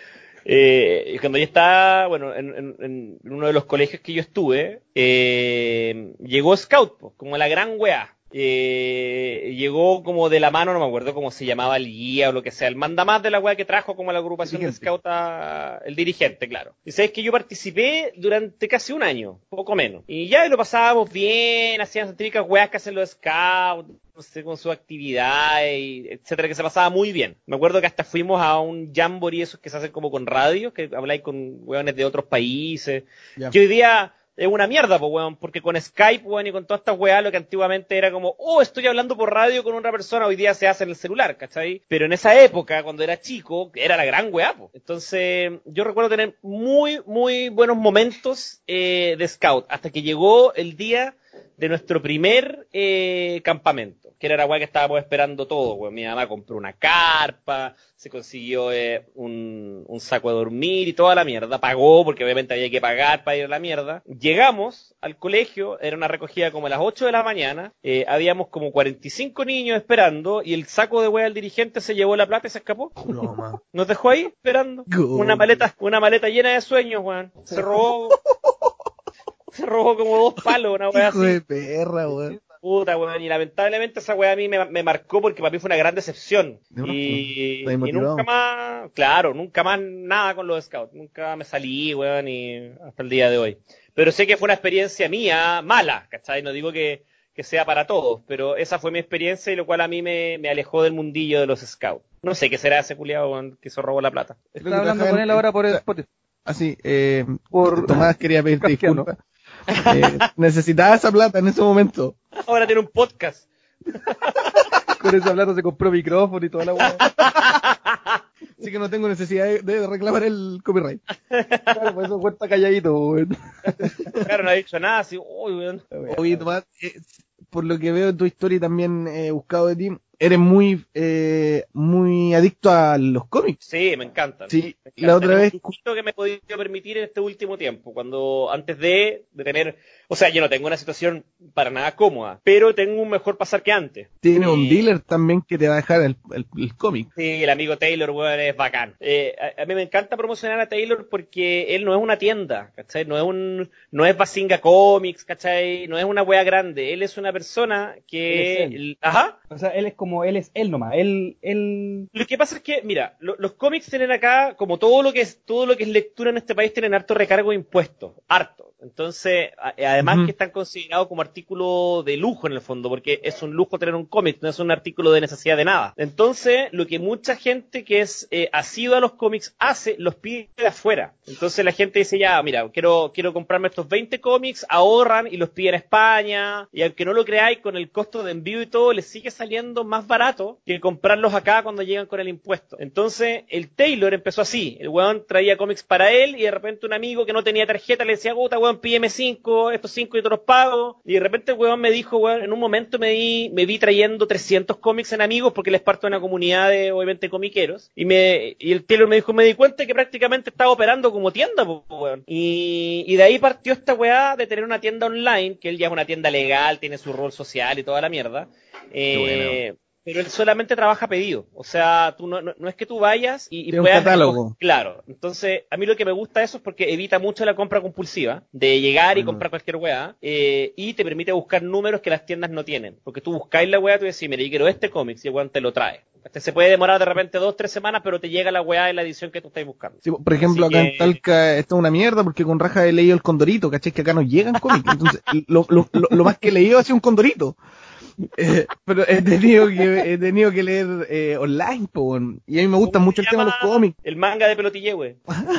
Eh, y cuando yo estaba, bueno, en, en, en uno de los colegios que yo estuve, eh, llegó Scout, pues, como la gran wea. Eh, llegó como de la mano, no me acuerdo cómo se llamaba el guía o lo que sea, el mandamás de la wea que trajo como la agrupación Dirigente. de Scout a, el dirigente, claro. Y sabes que yo participé durante casi un año, poco menos. Y ya lo pasábamos bien, hacían las típicas weas que hacen los Scouts, no sé, con sus actividades, y etcétera, que se pasaba muy bien. Me acuerdo que hasta fuimos a un jamboree, esos que se hacen como con radio, que habláis con weones de otros países, Ya. que hoy día es una mierda, pues, weón, porque con Skype, weón, y con todas estas weas, lo que antiguamente era como, oh, estoy hablando por radio con otra persona, hoy día se hace en el celular, ¿cachai? Pero en esa época, cuando era chico, era la gran wea, pues. Entonces, yo recuerdo tener muy, muy buenos momentos eh, de Scout, hasta que llegó el día de nuestro primer eh, campamento, que era la weá que estábamos esperando todo, weón. Mi mamá compró una carpa, se consiguió eh, un, un saco de dormir y toda la mierda, pagó, porque obviamente había que pagar para ir a la mierda. Llegamos al colegio, era una recogida como a las ocho de la mañana, eh, habíamos como cuarenta y cinco niños esperando, y el saco de weá del dirigente se llevó la plata y se escapó. Broma. Nos dejó ahí esperando. Una maleta, una maleta llena de sueños, weón. Se robó... Se robó como dos palos, una weá Hijo así. de perra, weón. Puta, weón. Y lamentablemente esa weá a mí me, me marcó porque para mí fue una gran decepción. De una Y, forma, y motivado. nunca más, claro, nunca más nada con los scouts. Nunca me salí, weón, y hasta el día de hoy. Pero sé que fue una experiencia mía mala, ¿cachai? No digo que, que sea para todos, pero esa fue mi experiencia y lo cual a mí me, me alejó del mundillo de los scouts. No sé qué será ese culiado, weón, que se robó la plata. Creo que Estaba hablando trabajaba con en- él ahora por o sea, Spotify. Así, eh, Por- Tomás quería pedirte Casquiano. disculpas. Eh, necesitaba esa plata en ese momento. Ahora tiene un podcast. Con esa plata se compró micrófono y toda la weá. Así que no tengo necesidad de, de reclamar el copyright. Claro, por eso cuenta calladito, weón. Claro, no ha dicho nada, así, uy, weón. Oye, Tomás, eh, por lo que veo en tu historia y también he buscado de ti, eres muy eh, muy adicto a los cómics. Sí, me encantan. Sí, me encanta. la otra vez... Es un gusto que me he podido permitir en este último tiempo, cuando antes de, de tener... O sea, yo no tengo una situación para nada cómoda, pero tengo un mejor pasar que antes. Tiene un Y- dealer también que te va a dejar el, el, el cómic. Sí, el amigo Taylor, weón, es bacán. Eh, a, a mí me encanta promocionar a Taylor porque él no es una tienda, ¿cachai? No es un, no es Basinga Comics, ¿cachai? No es una wea grande. Él es una persona que... Él es él. Ajá. O sea, él es como, él es él nomás, él, él... Lo que pasa es que, mira, lo, los cómics tienen acá, como todo lo que es, todo lo que es lectura en este país, tienen harto recargo de impuestos, harto. Entonces, a, además Ujú. que están considerados como artículo de lujo en el fondo, porque es un lujo tener un cómic, no es un artículo de necesidad de nada. Entonces, lo que mucha gente que es eh, asidua a los cómics hace, los pide de afuera. Entonces la gente dice, ya, mira, quiero, quiero comprarme estos veinte cómics, ahorran y los piden a España, y aunque no lo creáis, con el costo de envío y todo, les sigue saliendo más barato que comprarlos acá cuando llegan con el impuesto. Entonces, el Taylor empezó así, el weón traía cómics para él, y de repente un amigo que no tenía tarjeta le decía, puta, weón, pídeme cinco, estos cinco yo te los pago, y de repente el weón me dijo, weón, en un momento me vi, me vi trayendo trescientos cómics en amigos, porque les parto de una comunidad de, obviamente, comiqueros, y me, y el Taylor me dijo, me di cuenta que prácticamente estaba operando como tienda, po, weón. Y, y de ahí partió esta weá de tener una tienda online, que él ya es una tienda legal, tiene su rol social y toda la mierda. Eh, pero él solamente trabaja a pedido. O sea, tú no, no, no es que tú vayas y, y Tiene un puedas... catálogo. Claro. Entonces, a mí lo que me gusta de eso es porque evita mucho la compra compulsiva, de llegar y Mm. comprar cualquier weá, eh, y te permite buscar números que las tiendas no tienen. Porque tú buscáis la weá, tú decís, mira, yo quiero este cómic, y el weón te lo trae. Este se puede demorar de repente dos, tres semanas, pero te llega la weá en la edición que tú estás buscando. Sí, por ejemplo, Así acá que- en Talca esto es una mierda porque con raja he leído el Condorito, ¿cachai? Que acá no llegan cómics. Entonces, lo, lo, lo, lo más que he leído ha sido un Condorito. Eh, pero he tenido que, he tenido que leer eh, online, po, weón. Y a mí me gusta ¿Cómo mucho se el tema de los llama? cómics. El manga de Pelotille, wey.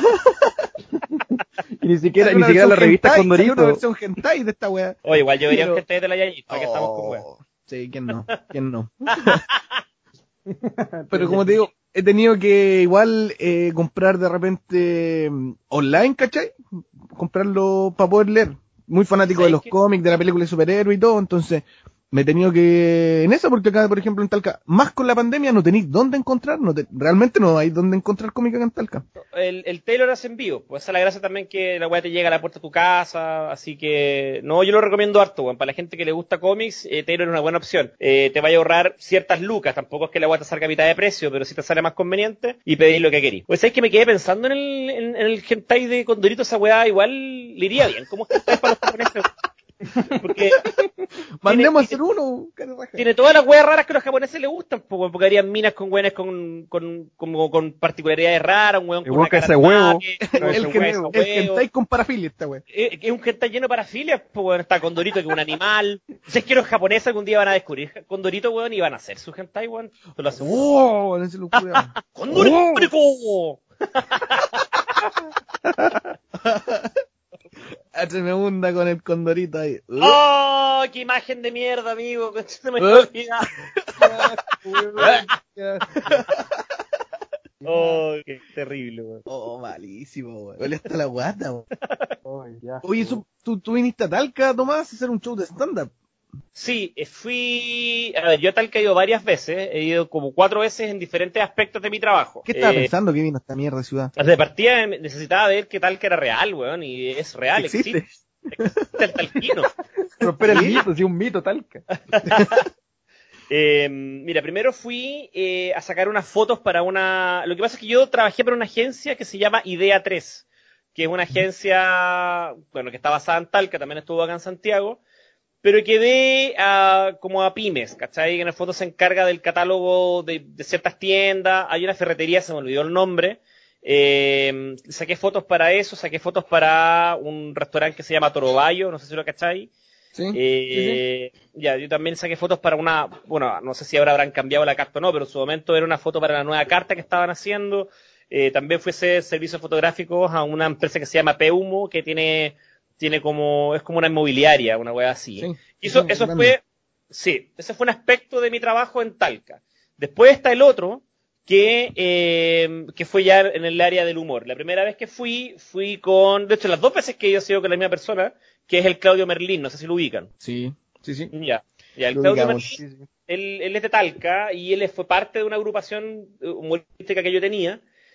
Y ni siquiera, Salió ni una siquiera la versión revista hentai, salió una Condorito. versión hentai de esta wea. Oye, igual yo vería Pero- un gente de la Yayito, que estamos con weá. Oh, sí, ¿quién no? ¿Quién no? Pero como te digo, he tenido que igual eh, comprar de repente mm, online, ¿cachai? Comprarlo para poder leer. Muy fanático de ¿Sabes los qué? cómics, de la película de superhéroes y todo, entonces me he tenido que... En eso, porque acá, por ejemplo, en Talca, más con la pandemia no tenéis dónde encontrar, no te- realmente no hay dónde encontrar cómics acá en Talca. El, el Taylor hace envío, pues esa es la gracia también, que la weá te llega a la puerta de tu casa, así que no, yo lo recomiendo harto, weón. Para la gente que le gusta cómics, eh, Taylor es una buena opción. Eh, te vaya a ahorrar ciertas lucas, tampoco es que la weá te salga a mitad de precio, pero sí te sale más conveniente y pedís lo que querís. Pues sabes que me quedé pensando en el, en, en el hentai de Condorito, esa weá igual le iría bien, como hentai para los japoneses. Porque Mandemos a tiene- hacer uno, cara raja. tiene todas las weas raras que a los japoneses les gustan, po, weón, porque harían minas con weones con, con, como con particularidades raras, un weón El con weón una que cara hace de huevo. mate, El, weón el, que hace gen- huevo. el hentai con parafilia esta wea. Es es un hentai lleno de parafilias, pues weón, está Condorito, que es un animal. Si es que los japoneses algún día van a descubrir Condorito, weón, y van a hacer su hentai, weón, te lo aseguro. ¡Oh! No se lo cuidado. ¡Condorito! Me hunda con el condorito ahí. ¡Oh! ¡Qué imagen de mierda, amigo! Se me ¿Eh? olvida. ¡Oh! ¡Qué terrible, weón! Oh, malísimo, weón. Huele hasta la guata, weón. Ay, ya. Oye, eso, ¿tú, tú viniste a Talca, Tomás, a hacer un show de stand-up? Sí, eh, fui... A ver, yo a Talca he ido varias veces, he ido como cuatro veces en diferentes aspectos de mi trabajo. ¿Qué estaba Eh, pensando que vino a esta mierda de ciudad? De partida necesitaba ver que Talca era real, weón, y es real, ¿Existe? existe, existe el talquino. Romper el ¿Sí? mito, sí, un mito, Talca. Eh, mira, primero fui eh, a sacar unas fotos para una... Lo que pasa es que yo trabajé para una agencia que se llama Idea tres, que es una agencia, bueno, que está basada en Talca, también estuvo acá en Santiago, pero que ve a, como a pymes, ¿cachai? Que en el fondo se encarga del catálogo de, de ciertas tiendas. Hay una ferretería, se me olvidó el nombre. Eh, saqué fotos para eso, saqué fotos para un restaurante que se llama Torobayo, no sé si lo cachai. Sí, Eh, Ya, yo también saqué fotos para una, bueno, no sé si ahora habrán cambiado la carta o no, pero en su momento era una foto para la nueva carta que estaban haciendo. Eh, también fui a hacer servicios fotográficos a una empresa que se llama Peumo, que tiene, tiene como, es como una inmobiliaria, una wea así. sí. Y eso, Sí, eso grande. fue, sí, ese fue un aspecto de mi trabajo en Talca. Después está el otro, que, eh, que fue ya en el área del humor. La primera vez que fui, fui con, de hecho las dos veces que yo he sido con la misma persona, que es el Claudio Merlín, no sé si lo ubican. Sí, sí, sí. Ya. Ya, el Lo Claudio ubicamos. Merlín, él, él es de Talca y él fue parte de una agrupación humorística que yo tenía.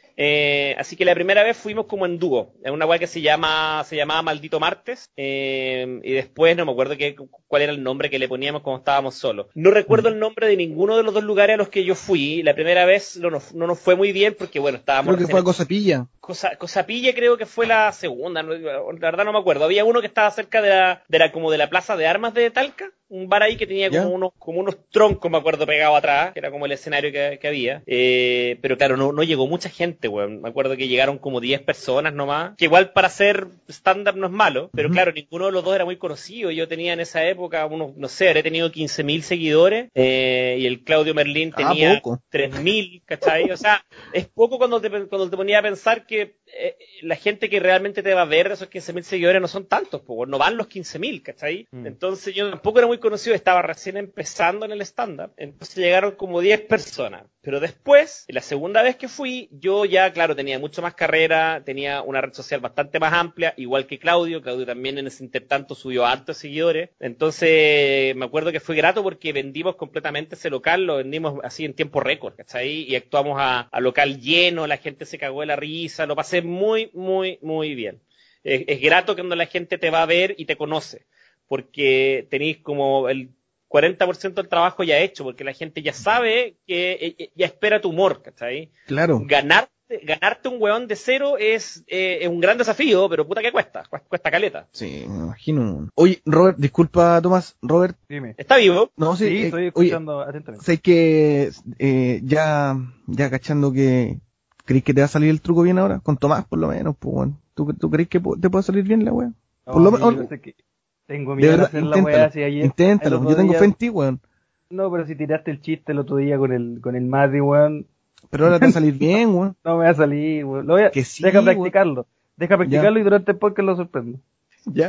Eh, así que la primera vez fuimos como en dúo, en una weá que se llama, se llamaba Maldito Martes, eh, y después no me acuerdo qué, cuál era el nombre que le poníamos cuando estábamos solos. No recuerdo el nombre de ninguno de los dos lugares a los que yo fui. La primera vez no nos, no nos fue muy bien porque bueno, estábamos Creo que fue a Cosapilla. Cosa, Cosapilla creo que fue la segunda, no, la verdad no me acuerdo. Había uno que estaba cerca de la, de la como de la plaza de armas de Talca, un bar ahí que tenía como ¿Ya? unos, como unos troncos, me acuerdo, pegados atrás, que era como el escenario que, que había. Eh, pero claro, no, no llegó mucha gente, weón. Me acuerdo que llegaron como diez personas nomás, que igual para hacer stand-up no es malo, pero Ujú. claro, ninguno de los dos era muy conocido. Yo tenía en esa época unos, no sé, habré tenido quince mil seguidores, eh, y el Claudio Merlín Ah, tenía poco. tres mil, ¿cachai? O sea, es poco cuando te, cuando te ponía a pensar que eh, la gente que realmente te va a ver de esos quince mil seguidores no son tantos, pues no van los quince mil, ¿cachai? Mm. Entonces yo tampoco era muy conocido, estaba recién empezando en el stand-up, entonces llegaron como diez personas. Pero después, la segunda vez que fui, yo ya, claro, tenía mucho más carrera, tenía una red social bastante más amplia, igual que Claudio. Claudio también en ese intertanto subió a hartos seguidores. Entonces, me acuerdo que fue grato porque vendimos completamente ese local, lo vendimos así en tiempo récord, ¿cachai? Y actuamos a, a local lleno, la gente se cagó de la risa, lo pasé muy, muy, muy bien. Es, es grato cuando la gente te va a ver y te conoce, porque tenéis como el cuarenta por ciento del trabajo ya hecho, porque la gente ya sabe que ya espera tu humor, ¿cachai? Claro. Ganarte, ganarte un hueón de cero es, eh, es un gran desafío, pero puta que cuesta, cuesta caleta. Sí, me imagino. Oye, Robert, disculpa, Tomás. Robert. Dime. ¿Está vivo? No, sí, Sí, eh, estoy oye, escuchando atentamente. sé que eh, ya, ya cachando que crees que te va a salir el truco bien ahora, con Tomás por lo menos, pues bueno. ¿Tú, tú crees que po- te puede salir bien la wea? Por No, lo sí, menos, yo sé que tengo de miedo de verdad, hacer la inténtalo, weá si ayer, el inténtalo. otro Yo tengo día, fe en ti, weón. no, pero si tiraste el chiste el otro día con el, con el Mati, weón, Pero ahora te va a salir bien, weón. no me va a salir, weón. Lo voy a, Que sí, deja weón. practicarlo, deja practicarlo y durante el podcast lo sorprendo. ¿Ya?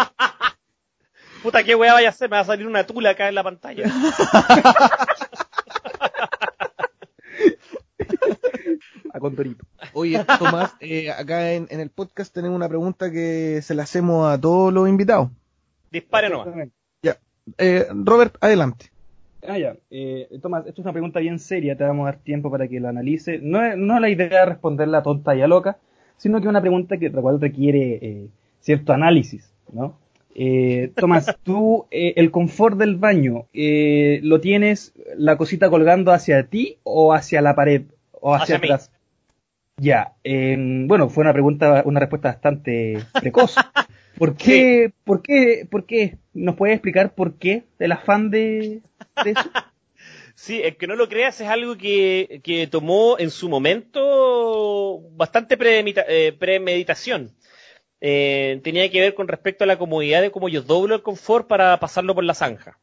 Puta, ¿qué weá vaya a hacer? Me va a salir una tula acá en la pantalla. A Contorito. Oye, Tomás, eh, acá en, en el podcast tenemos una pregunta que se la hacemos a todos los invitados. Dispare nomás. Ya. Eh, Robert, adelante. Ah, ya. Eh, Tomás, esto es una pregunta bien seria, te vamos a dar tiempo para que la analice. No es, no es la idea de responderla tonta y a loca, sino que es una pregunta que la cual requiere eh, cierto análisis, ¿no? Eh, Tomás, tú, eh, el confort del baño, eh, ¿lo tienes la cosita colgando hacia ti o hacia la pared o hacia, Hacia atrás? Ya, eh, bueno, fue una pregunta, una respuesta bastante precoz. ¿Por qué, sí. por qué, por qué? ¿Nos puedes explicar por qué el afán de, de eso? Sí, el que no lo creas es algo que, que tomó en su momento bastante premedita, eh, premeditación. Eh, tenía que ver con respecto a la comodidad de cómo yo doblo el confort para pasarlo por la zanja.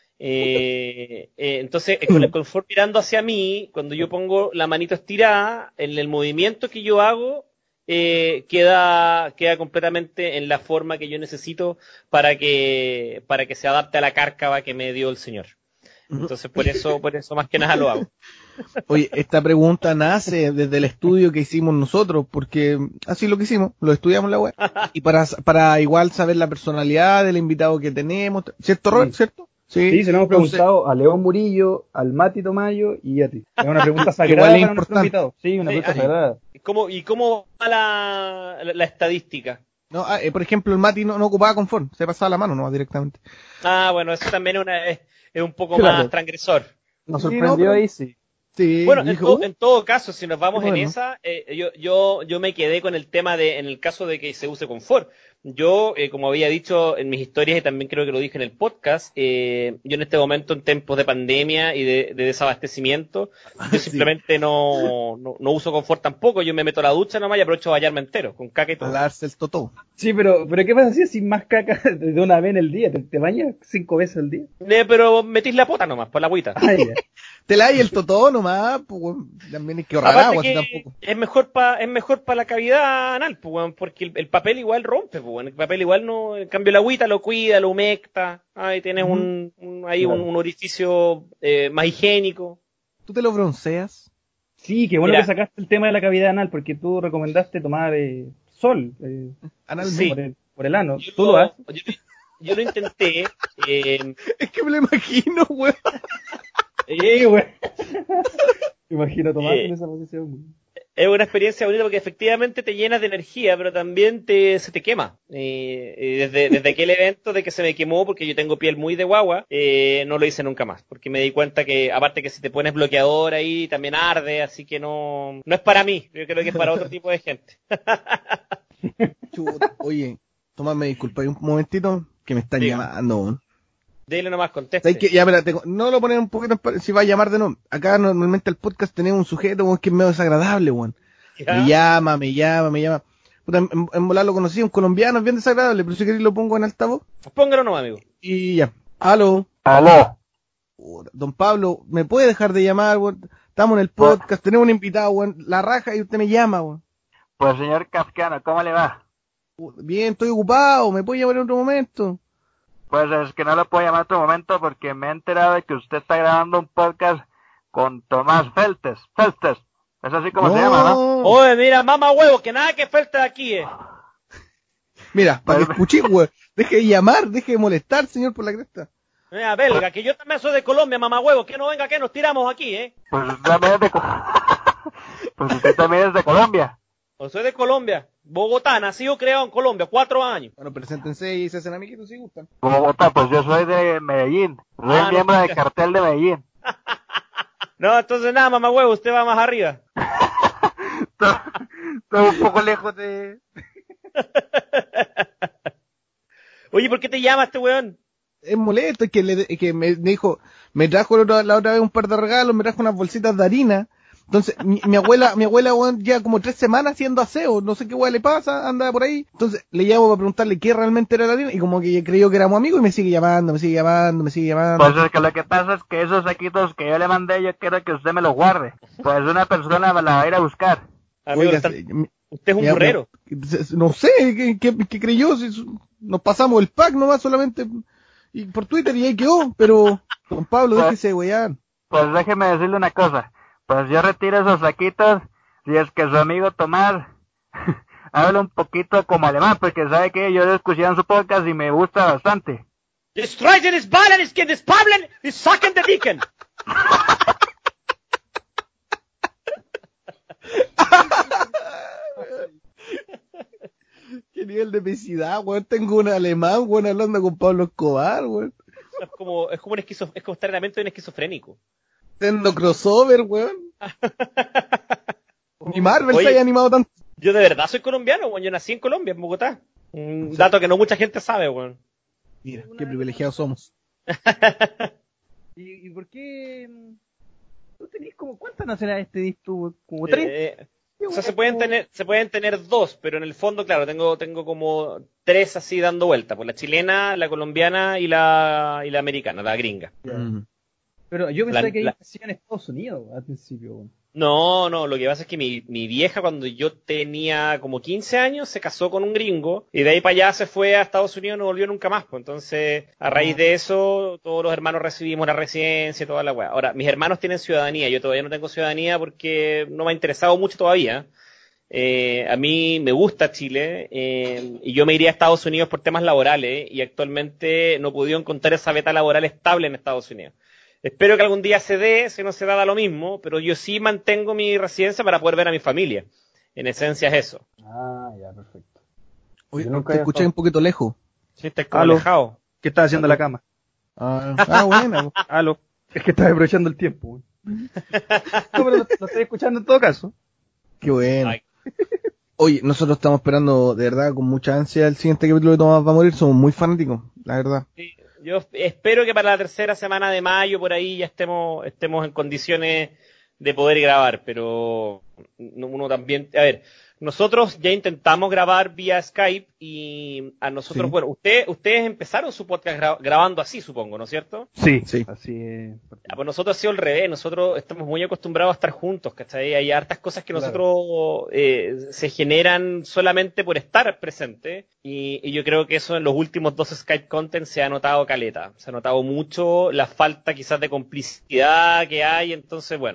Eh, eh, entonces, con el confort mirando hacia mí, cuando yo pongo la manito estirada, en el movimiento que yo hago, eh, queda, queda completamente en la forma que yo necesito para que, para que se adapte a la cárcava que me dio el Señor. Entonces, por eso, por eso más que nada lo hago. Oye, esta pregunta nace desde el estudio que hicimos nosotros, porque así lo que hicimos, lo estudiamos la web, y para, para igual saber la personalidad del invitado que tenemos, ¿cierto, Robert? Sí. ¿Cierto? Sí, sí, se lo hemos preguntado Entonces, a León Murillo, al Mati Tomayo y a ti. Es una pregunta sagrada igual es para importante. nuestro invitado. Sí, una sí, pregunta ah, sagrada. ¿cómo, ¿Y cómo va la, la, la estadística? No, ah, eh, por ejemplo, el Mati no, no ocupaba confort, se pasaba la mano nomás directamente. Ah, bueno, eso también es, una, es, es un poco Claro. más transgresor. Nos Sí, sorprendió no, pero- ahí, sí. Sí, Bueno, en, dije, to- uh, en todo caso, si nos vamos qué en moderno. esa, eh, yo, yo, yo me quedé con el tema de, en el caso de que se use confort. Yo, eh, como había dicho en mis historias y también creo que lo dije en el podcast, eh, yo en este momento en tiempos de pandemia y de, de desabastecimiento, yo Sí. simplemente no, no, no uso confort tampoco. Yo me meto a la ducha nomás y aprovecho a bañarme entero, con caca y A todo. darse el totó. Sí, pero, pero ¿qué pasa si sin más caca de una vez en el día? ¿Te, te bañas cinco veces al día? Eh, pero metís la pota nomás, por la agüita. Ah, ya. Te la hay el totó nomás, pues, weón, también hay que ahorrar Aparte agua, que así tampoco. es mejor para es mejor para la cavidad anal, pues, weón, porque el, el papel igual rompe, pues, weón, el papel igual no, en cambio la agüita lo cuida, lo humecta, ahí tienes Ujú. un, un- ahí Claro. un, un orificio eh, más higiénico. ¿Tú te lo bronceas? Sí, qué bueno Mira, que sacaste el tema de la cavidad anal, porque tú recomendaste tomar eh, sol eh, Analmente. sí, por, el, por el ano. yo ¿Tú lo lo, haces? yo, yo lo intenté. Eh, Es que me lo imagino, weón. Eh, güey. Imagino Tomás Eh. en esa posición, güey. Es una experiencia bonita porque efectivamente te llenas de energía, pero también te, se te quema. Eh, eh, desde, desde aquel evento de que se me quemó, porque yo tengo piel muy de guagua, eh, no lo hice nunca más. Porque me di cuenta que, aparte que si te pones bloqueador ahí, también arde, así que no, no es para mí. Yo creo que es para otro tipo de gente. Chuta. Oye, Tomás, me disculpa un momentito que me están Diga. llamando, weón. Dile nomás, ¿Sabes conteste. qué? Ya, espérate, no lo ponen un poquito en pa- si va a llamar de nuevo. Acá normalmente el podcast tenemos un sujeto, weón, que es medio desagradable, weón. ¿Ya? Me llama, me llama, me llama. Puta, en, en, en volar lo conocí, un colombiano, es bien desagradable, pero si queréis lo pongo en altavoz. Póngalo nomás, amigo. Y ya. Aló. Aló. Puta, Don Pablo, ¿me puede dejar de llamar, weón? Estamos en el podcast, tenemos un invitado, weón. La raja y usted me llama, weón. Pues señor Kafkiano, ¿cómo le va? Puta, bien, estoy ocupado, ¿me puede llamar en otro momento? Pues es que no lo puedo llamar en otro momento porque me he enterado de que usted está grabando un podcast con Tomás Feltes. Feltes. Es así como se llama, ¿no? Oye, mira, mamá huevo, que nada que falta aquí, eh. Mira, para que Pues- escuché, weón. Deje de llamar, deje de molestar, señor, por la cresta. Mira, belga, que yo también soy de Colombia, mamá huevo, que no venga que nos tiramos aquí, eh. Pues usted también es de, Co- pues usted también es de Colombia. O soy de Colombia, Bogotá, nacido creado en Colombia, cuatro años. Bueno, preséntense y se hacen amiguitos si gustan. Bogotá, pues yo soy de Medellín. Soy Ah, no miembro del digas. cartel de Medellín. No, entonces nada, mamá huevo, usted va más arriba. Todo, todo un poco lejos de... Oye, ¿por qué te llama este weón? Es molesto, es que, le, es que me, me dijo, me trajo la otra, la otra vez un par de regalos, me trajo unas bolsitas de harina. Entonces, mi, mi abuela, mi abuela, weón, lleva como tres semanas haciendo aseo, no sé qué weón le pasa, anda por ahí. Entonces, le llamo para preguntarle qué realmente era la harina, y como que creyó que éramos amigos y me sigue llamando, me sigue llamando, me sigue llamando. Pues es que lo que pasa es que esos saquitos que yo le mandé, yo quiero que usted me los guarde. Pues una persona me la va a ir a buscar. Amigo, Oiga, están- se- mi- usted es un mi- burrero. No sé, ¿qué, qué, qué creyó? Si su- nos pasamos el pack nomás solamente y por Twitter y ahí quedó, pero, don Pablo, Pues- déjese, weón. Pues déjeme decirle una cosa. Pues yo retiro esos saquitos si es que su amigo Tomás habla un poquito como alemán, porque sabe que yo lo escuché en su podcast y me gusta bastante. Die Streiten ist Ballen, ist Kind ist Pablen, ist Sacken der Dicken. Qué nivel de pesidad, weón. Tengo un alemán, weón, hablando con Pablo Escobar, weón. Es como, es como un esquizo, es como estar en la mente de un esquizofrénico. Tendo crossover, weón. Ni Marvel Oye. se haya animado tanto. Yo de verdad soy colombiano, weón. Yo nací en Colombia, en Bogotá. Un dato que no mucha gente sabe, weón. Mira, qué privilegiados somos. ¿Y, y por qué? mm, ¿Tú tenés como cuántas nacionalidades tenés tú? ¿Como tres? Eh, o sea, se pueden tener, se pueden tener dos, pero en el fondo, claro, tengo, tengo como tres así dando vuelta, pues la chilena, la colombiana y la, y la americana, la gringa. Mm. Pero yo pensaba la- que la- nacía en Estados Unidos al principio. weón. No, no, lo que pasa es que mi, mi vieja cuando yo tenía como quince años se casó con un gringo y de ahí para allá se fue a Estados Unidos y no volvió nunca más. Pues entonces, a raíz de eso, todos los hermanos recibimos la residencia y toda la weá. Ahora, mis hermanos tienen ciudadanía, yo todavía no tengo ciudadanía porque no me ha interesado mucho todavía. Eh, a mí me gusta Chile eh, y yo me iría a Estados Unidos por temas laborales y actualmente no he podido encontrar esa beta laboral estable en Estados Unidos. Espero que algún día se dé, si no se da, da lo mismo, pero yo sí mantengo mi residencia para poder ver a mi familia. En esencia es eso. Ah, ya, perfecto. Oye, Yo nunca te había escuché estado- un poquito lejos. Sí, estás como Aló. alejado. ¿Qué estás haciendo en la cama? Ah, ah bueno. Aló. Es que estás aprovechando el tiempo. weón. No, pero lo, lo estoy escuchando en todo caso. Qué bueno. Ay. Oye, nosotros estamos esperando de verdad con mucha ansia el siguiente capítulo de Tomás va a morir. Somos muy fanáticos, la verdad. Sí, yo espero que para la tercera semana de mayo, por ahí, ya estemos, estemos en condiciones de poder grabar, pero uno también, a ver, nosotros ya intentamos grabar vía Skype y a nosotros, Sí. bueno, usted, ustedes empezaron su podcast gra- grabando así, supongo, ¿no es cierto? Sí, Sí. así es. Ah, pues nosotros ha sido al revés, nosotros estamos muy acostumbrados a estar juntos, ¿cachai? Hay hartas cosas que Claro. nosotros eh, se generan solamente por estar presentes y, y yo creo que eso en los últimos dos Skype Content se ha notado caleta, se ha notado mucho la falta quizás de complicidad que hay, entonces bueno,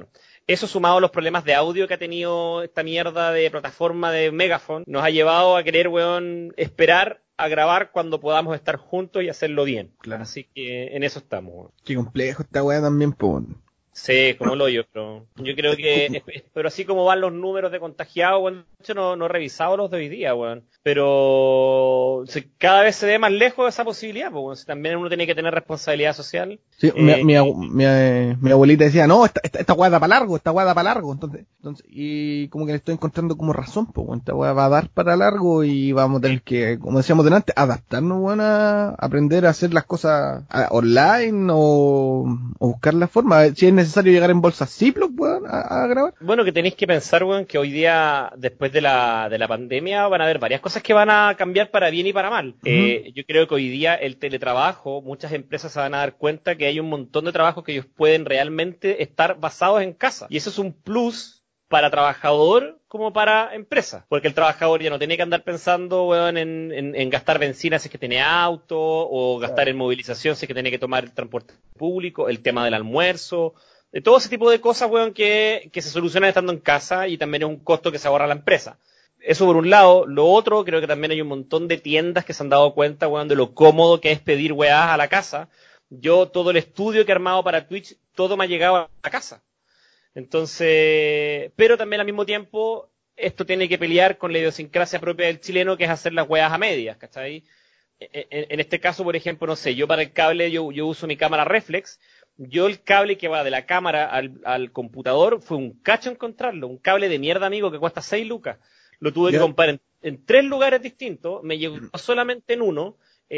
Eso sumado a los problemas de audio que ha tenido esta mierda de plataforma de Megaphone, nos ha llevado a querer, weón, esperar a grabar cuando podamos estar juntos y hacerlo bien. Claro. Así que en eso estamos, weón. Qué complejo esta weá también, po. Sí, como lo yo, pero yo creo que, pero así como van los números de contagiados, weón, yo no, no he revisado los de hoy día, weón, pero se, cada vez se ve más lejos de esa posibilidad, pues, weón. Si también uno tiene que tener responsabilidad social. Sí, eh, mi, mi, abu- mi, eh, mi abuelita decía, no, esta, esta, esta weá da para largo, esta weá da para largo, entonces, entonces, y como que le estoy encontrando como razón, pues, esta weá va a dar para largo y vamos a tener que, como decíamos delante, adaptarnos, weón, a aprender a hacer las cosas a- online o, o buscar la forma, si es necesario llegar en bolsas Ziploc, weón, a, a grabar. Bueno, que tenéis que pensar, weón, que hoy día, después de la, de la pandemia, van a haber varias cosas que van a cambiar para bien y para mal. Uh-huh. Eh, yo creo que hoy día el teletrabajo, muchas empresas se van a dar cuenta que hay un montón de trabajos que ellos pueden realmente estar basados en casa. Y eso es un plus para trabajador como para empresa. Porque el trabajador ya no tiene que andar pensando, weón, en, en, en gastar benzina si es que tiene auto, o gastar claro. en movilización si es que tiene que tomar el transporte público, el tema del almuerzo, de todo ese tipo de cosas, weón, que, que se solucionan estando en casa y también es un costo que se ahorra la empresa. Eso por un lado. Lo otro, creo que también hay un montón de tiendas que se han dado cuenta, weón, de lo cómodo que es pedir weás a la casa. Yo, todo el estudio que he armado para Twitch, todo me ha llegado a la casa. Entonces, pero también al mismo tiempo, esto tiene que pelear con la idiosincrasia propia del chileno, que es hacer las weas a medias, ¿cachai? En, en, en este caso, por ejemplo, no sé, yo para el cable, yo, yo uso mi cámara reflex. Yo el cable que va de la cámara al, al computador fue un cacho encontrarlo, un cable de mierda, amigo, que cuesta seis lucas. Lo tuve yeah. que comprar en, en tres lugares distintos, me llegó solamente en uno.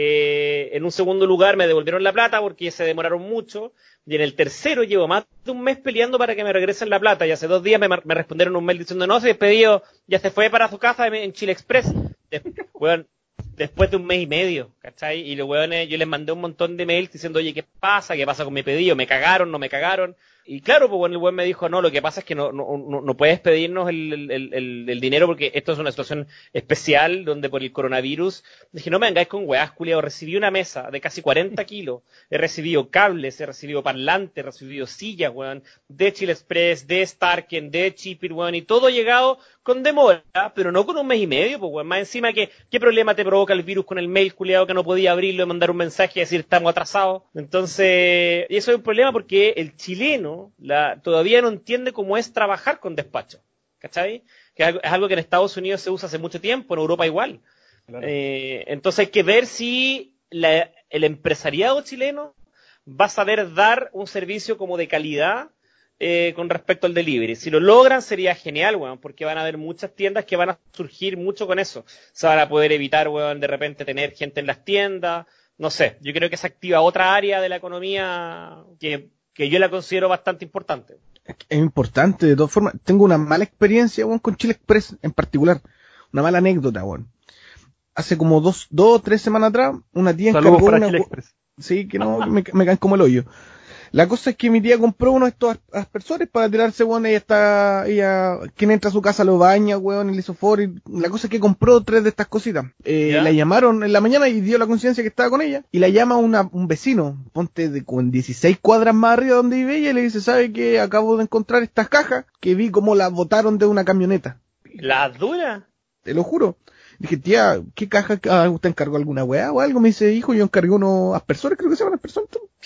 Eh, en un segundo lugar me devolvieron la plata porque se demoraron mucho, y en el tercero llevo más de un mes peleando para que me regresen la plata, y hace dos días me, me respondieron un mail diciendo no, se despedido, ya se fue para su casa en Chile Express. Después, bueno, después de un mes y medio, ¿cachai? Y los weones, yo les mandé un montón de mails diciendo, oye, ¿qué pasa? ¿Qué pasa con mi pedido? ¿Me cagaron? ¿No me cagaron? Y claro, pues bueno, el weón me dijo, no, lo que pasa es que no, no, no, no puedes pedirnos el, el, el, el dinero porque esto es una situación especial donde por el coronavirus. Dije, no me vengáis con weás, culiao. Recibí una mesa de casi cuarenta kilos, he recibido cables, he recibido parlantes, he recibido sillas, weón, de Chile Express, de Starken, de Chipir, weón, y todo llegado con demora, pero no con un mes y medio, pues weón. Más encima, que ¿qué problema te provoca el virus con el mail, culiao, que no podía abrirlo y mandar un mensaje y decir estamos atrasados? Entonces, y eso es un problema porque el chileno La, todavía no entiende cómo es trabajar con despacho, ¿cachai? Que es algo, es algo que en Estados Unidos se usa hace mucho tiempo, en Europa igual. Claro. Eh, entonces hay que ver si la, el empresariado chileno va a saber dar un servicio como de calidad eh, con respecto al delivery. Si lo logran sería genial, weón, porque van a haber muchas tiendas que van a surgir mucho con eso. Se van a poder evitar, weón, de repente tener gente en las tiendas. No sé, yo creo que se activa otra área de la economía que que yo la considero bastante importante. Es importante, de todas formas. Tengo una mala experiencia, bueno, con Chile Express en particular. Una mala anécdota, bueno. Hace como dos, dos o tres semanas atrás, una tía Saludos encargó para una... Chile Express. Sí, que no, me, me caen como el hoyo. La cosa es que mi tía compró uno de estos aspersores para tirarse, weón, ella está, ella, quien entra a su casa lo baña, weón, el isofor, y la cosa es que compró tres de estas cositas. Eh, la llamaron en la mañana y dio la conciencia que estaba con ella, y la llama una, un vecino, ponte de con dieciséis cuadras más arriba donde vive ella, y le dice, ¿sabe qué? Acabo de encontrar estas cajas que vi como las botaron de una camioneta. ¿Las duras? Te lo juro. Dije, tía, ¿qué caja? Ah, ¿usted encargó alguna weá o algo? Me dice, hijo, yo encargué unos aspersores, creo que se llaman aspersores.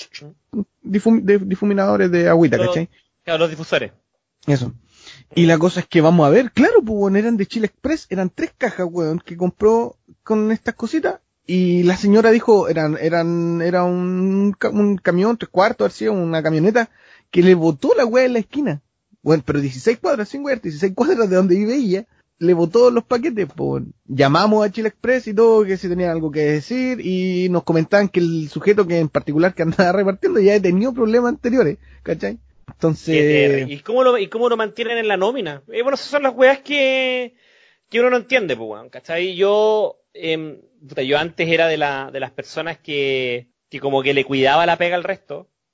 Difum, de, difuminadores de agüita, los, ¿cachai? Claro, los difusores. Eso. Y la cosa es que vamos a ver, claro, pues, bueno, eran de Chile Express, eran tres cajas, weón, que compró con estas cositas. Y la señora dijo, eran, eran, era un, un camión, tres cuartos, así, una camioneta, que le botó la weá en la esquina. Bueno, pero dieciséis cuadras, sin weá, dieciséis cuadras de donde vive ella. Le botó los paquetes, pues llamamos a Chile Express y todo, que si tenían algo que decir, y nos comentaban que el sujeto que en particular que andaba repartiendo ya había tenido problemas anteriores, ¿cachai? Entonces... ¿Y cómo lo, y cómo lo mantienen en la nómina? Eh, bueno, esas son las weas que, que uno no entiende, pues, weón, ¿cachai? Yo, eh, yo antes era de la, de las personas que, que como que le cuidaba la pega al resto,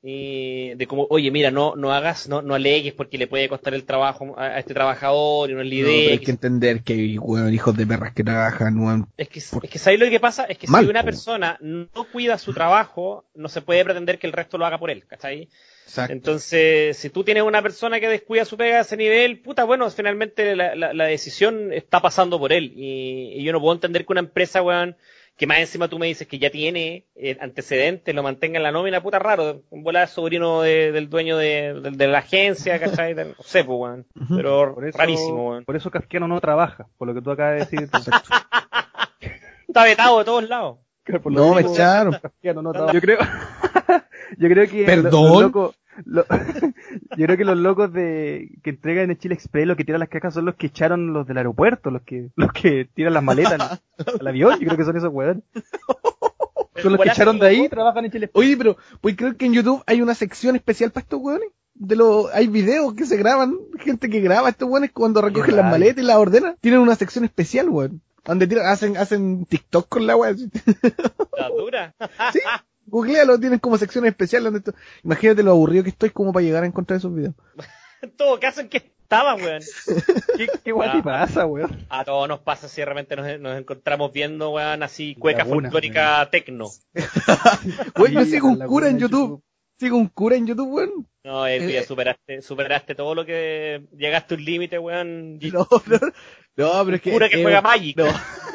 y de como, oye, mira, no no hagas, no no alegues porque le puede costar el trabajo a, a este trabajador y no es la No, pero idea. hay que entender que hay, weón, hijos de perras que trabajan, weón. Es que, es que ¿sabes lo que pasa? Es que Mal, si una po. persona no cuida su trabajo, no se puede pretender que el resto lo haga por él, ¿cachai? Exacto. Entonces, si tú tienes una persona que descuida su pega a ese nivel, puta, bueno, finalmente la, la, la decisión está pasando por él. Y, y yo no puedo entender que una empresa, weón, que más encima tú me dices que ya tiene eh, antecedentes, lo mantenga en la nómina, puta raro. Un volada sobrino de, del dueño de, de, de la agencia, ¿cachai? No sé, pues, weón. Ujú. Pero Por eso, rarísimo, weón. por eso Kafkiano no trabaja, por lo que tú acabas de decir. Exacto. Está vetado de todos lados. Por No, lo me mismo, echaron. Kafkiano no trabaja. Yo creo, yo creo que ¿Perdón? Los, los locos, lo- yo creo que los locos de que entregan en Chile Express, los que tiran las cajas son los que echaron los del aeropuerto, los que, los que tiran las maletas al, al avión. Yo creo que son esos weones. Son los que echaron de ahí, trabajan en Chile Express. Oye, pero, pues creo que en YouTube hay una sección especial para estos weones. De los, hay videos que se graban, gente que graba a estos weones cuando recogen las raro. maletas y las ordena. Tienen una sección especial, weón. Donde tiran, hacen, hacen TikTok con la weá. La dura. Sí, googlealo, tienen como secciones especiales donde esto- imagínate lo aburrido que estoy como para llegar a encontrar esos videos. En todo caso, ¿en qué estaba, weón? ¿Qué, qué guay te pasa, weón? A todos nos pasa si de repente nos, nos encontramos viendo, weón, así cueca Laguna, folclórica tecno. Güey, yo Sí, sigo un la cura en laguna en YouTube. YouTube. Sigo un cura en YouTube, weón. No, eh, tú ya Eh, superaste, superaste todo lo que llegaste a un límite, weón. Y- No, no, no, pero es que. Cura que eh, juega Magic. No.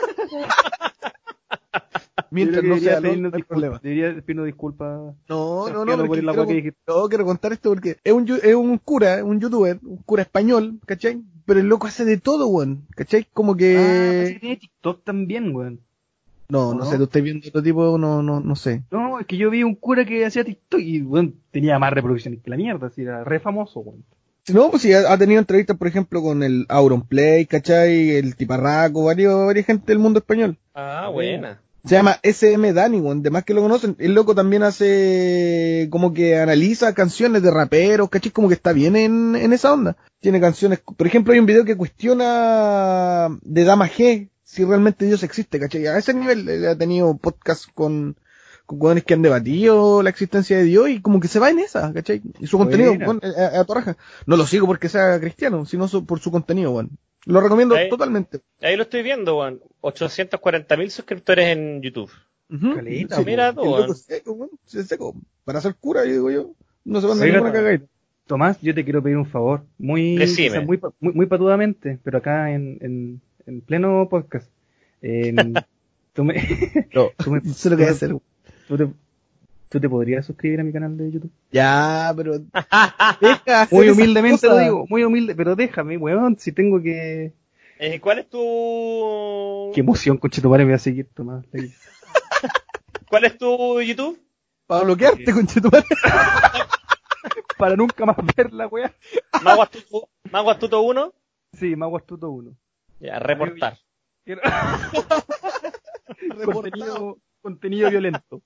Mientras Yo no creo que sea debería LOL, pedirnos no hay disculpas. problema. Debería pedirnos disculpas. No, no, no, Kafkiano pero por es que la quiero, weá que dijiste. no, quiero contar esto porque es un, yu- es un cura, un youtuber, un cura español, ¿cachai? Pero el loco hace de todo, weón, ¿cachai? Como Ah, parece que que... tiene TikTok también, weón. no, ¿o no no? sé, tú estás viendo otro tipo, no, no, no sé. No, es que yo vi un cura que hacía TikTok y, weón, tenía más reproducciones que la mierda, así, era re famoso, weón. Si no, pues sí, ha, ha tenido entrevistas, por ejemplo, con el Auronplay, ¿cachai? El Tiparraco, varios, varias gente del mundo español. Ah, buena. Se llama S M Dani, weón, de más que lo conocen. El loco también hace, como que analiza canciones de raperos, ¿cachai? Como que está bien en, en esa onda. Tiene canciones, por ejemplo, hay un video que cuestiona de Dama G si realmente Dios existe, ¿cachai? A ese nivel él ha tenido podcast con, con weones que han debatido la existencia de Dios y como que se va en esa, ¿cachai? Y su contenido, Buena. weón, a, a tu raja. No lo sigo porque sea cristiano, sino su- por su contenido, weón. Lo recomiendo Ahí- totalmente. Ahí lo estoy viendo, weón. ochocientos cuarenta mil suscriptores en YouTube. Ujú. Caleta, Sí, mira po. tú, El loco weón. es seco, weón. Sí, es seco. Para ser cura, yo digo yo, no se manda Oiga, ninguna cagadita. Tomás, yo te quiero pedir un favor, muy, Decime. quizás muy, pa- muy, muy patudamente, pero acá en, en, en pleno podcast. En- tú me, No, tú me- eso es lo que voy a hacer. weón. tú te, tú te podrías suscribir a mi canal de YouTube. Ya, pero deja hacer Muy esas humildemente lo cosas. digo, muy humilde, pero déjame, weón, si tengo que... Eh, ¿Cuál es tu... Qué emoción, conchetumare, me voy a seguir, Tomás. ¿Cuál es tu YouTube? Para bloquearte, conchetumare. Para nunca más ver la weá. Mago Astuto, Mago Astuto uno. Sí, Mago Astuto uno. Ya, reportar. Quiero- Reportado. contenido, contenido violento.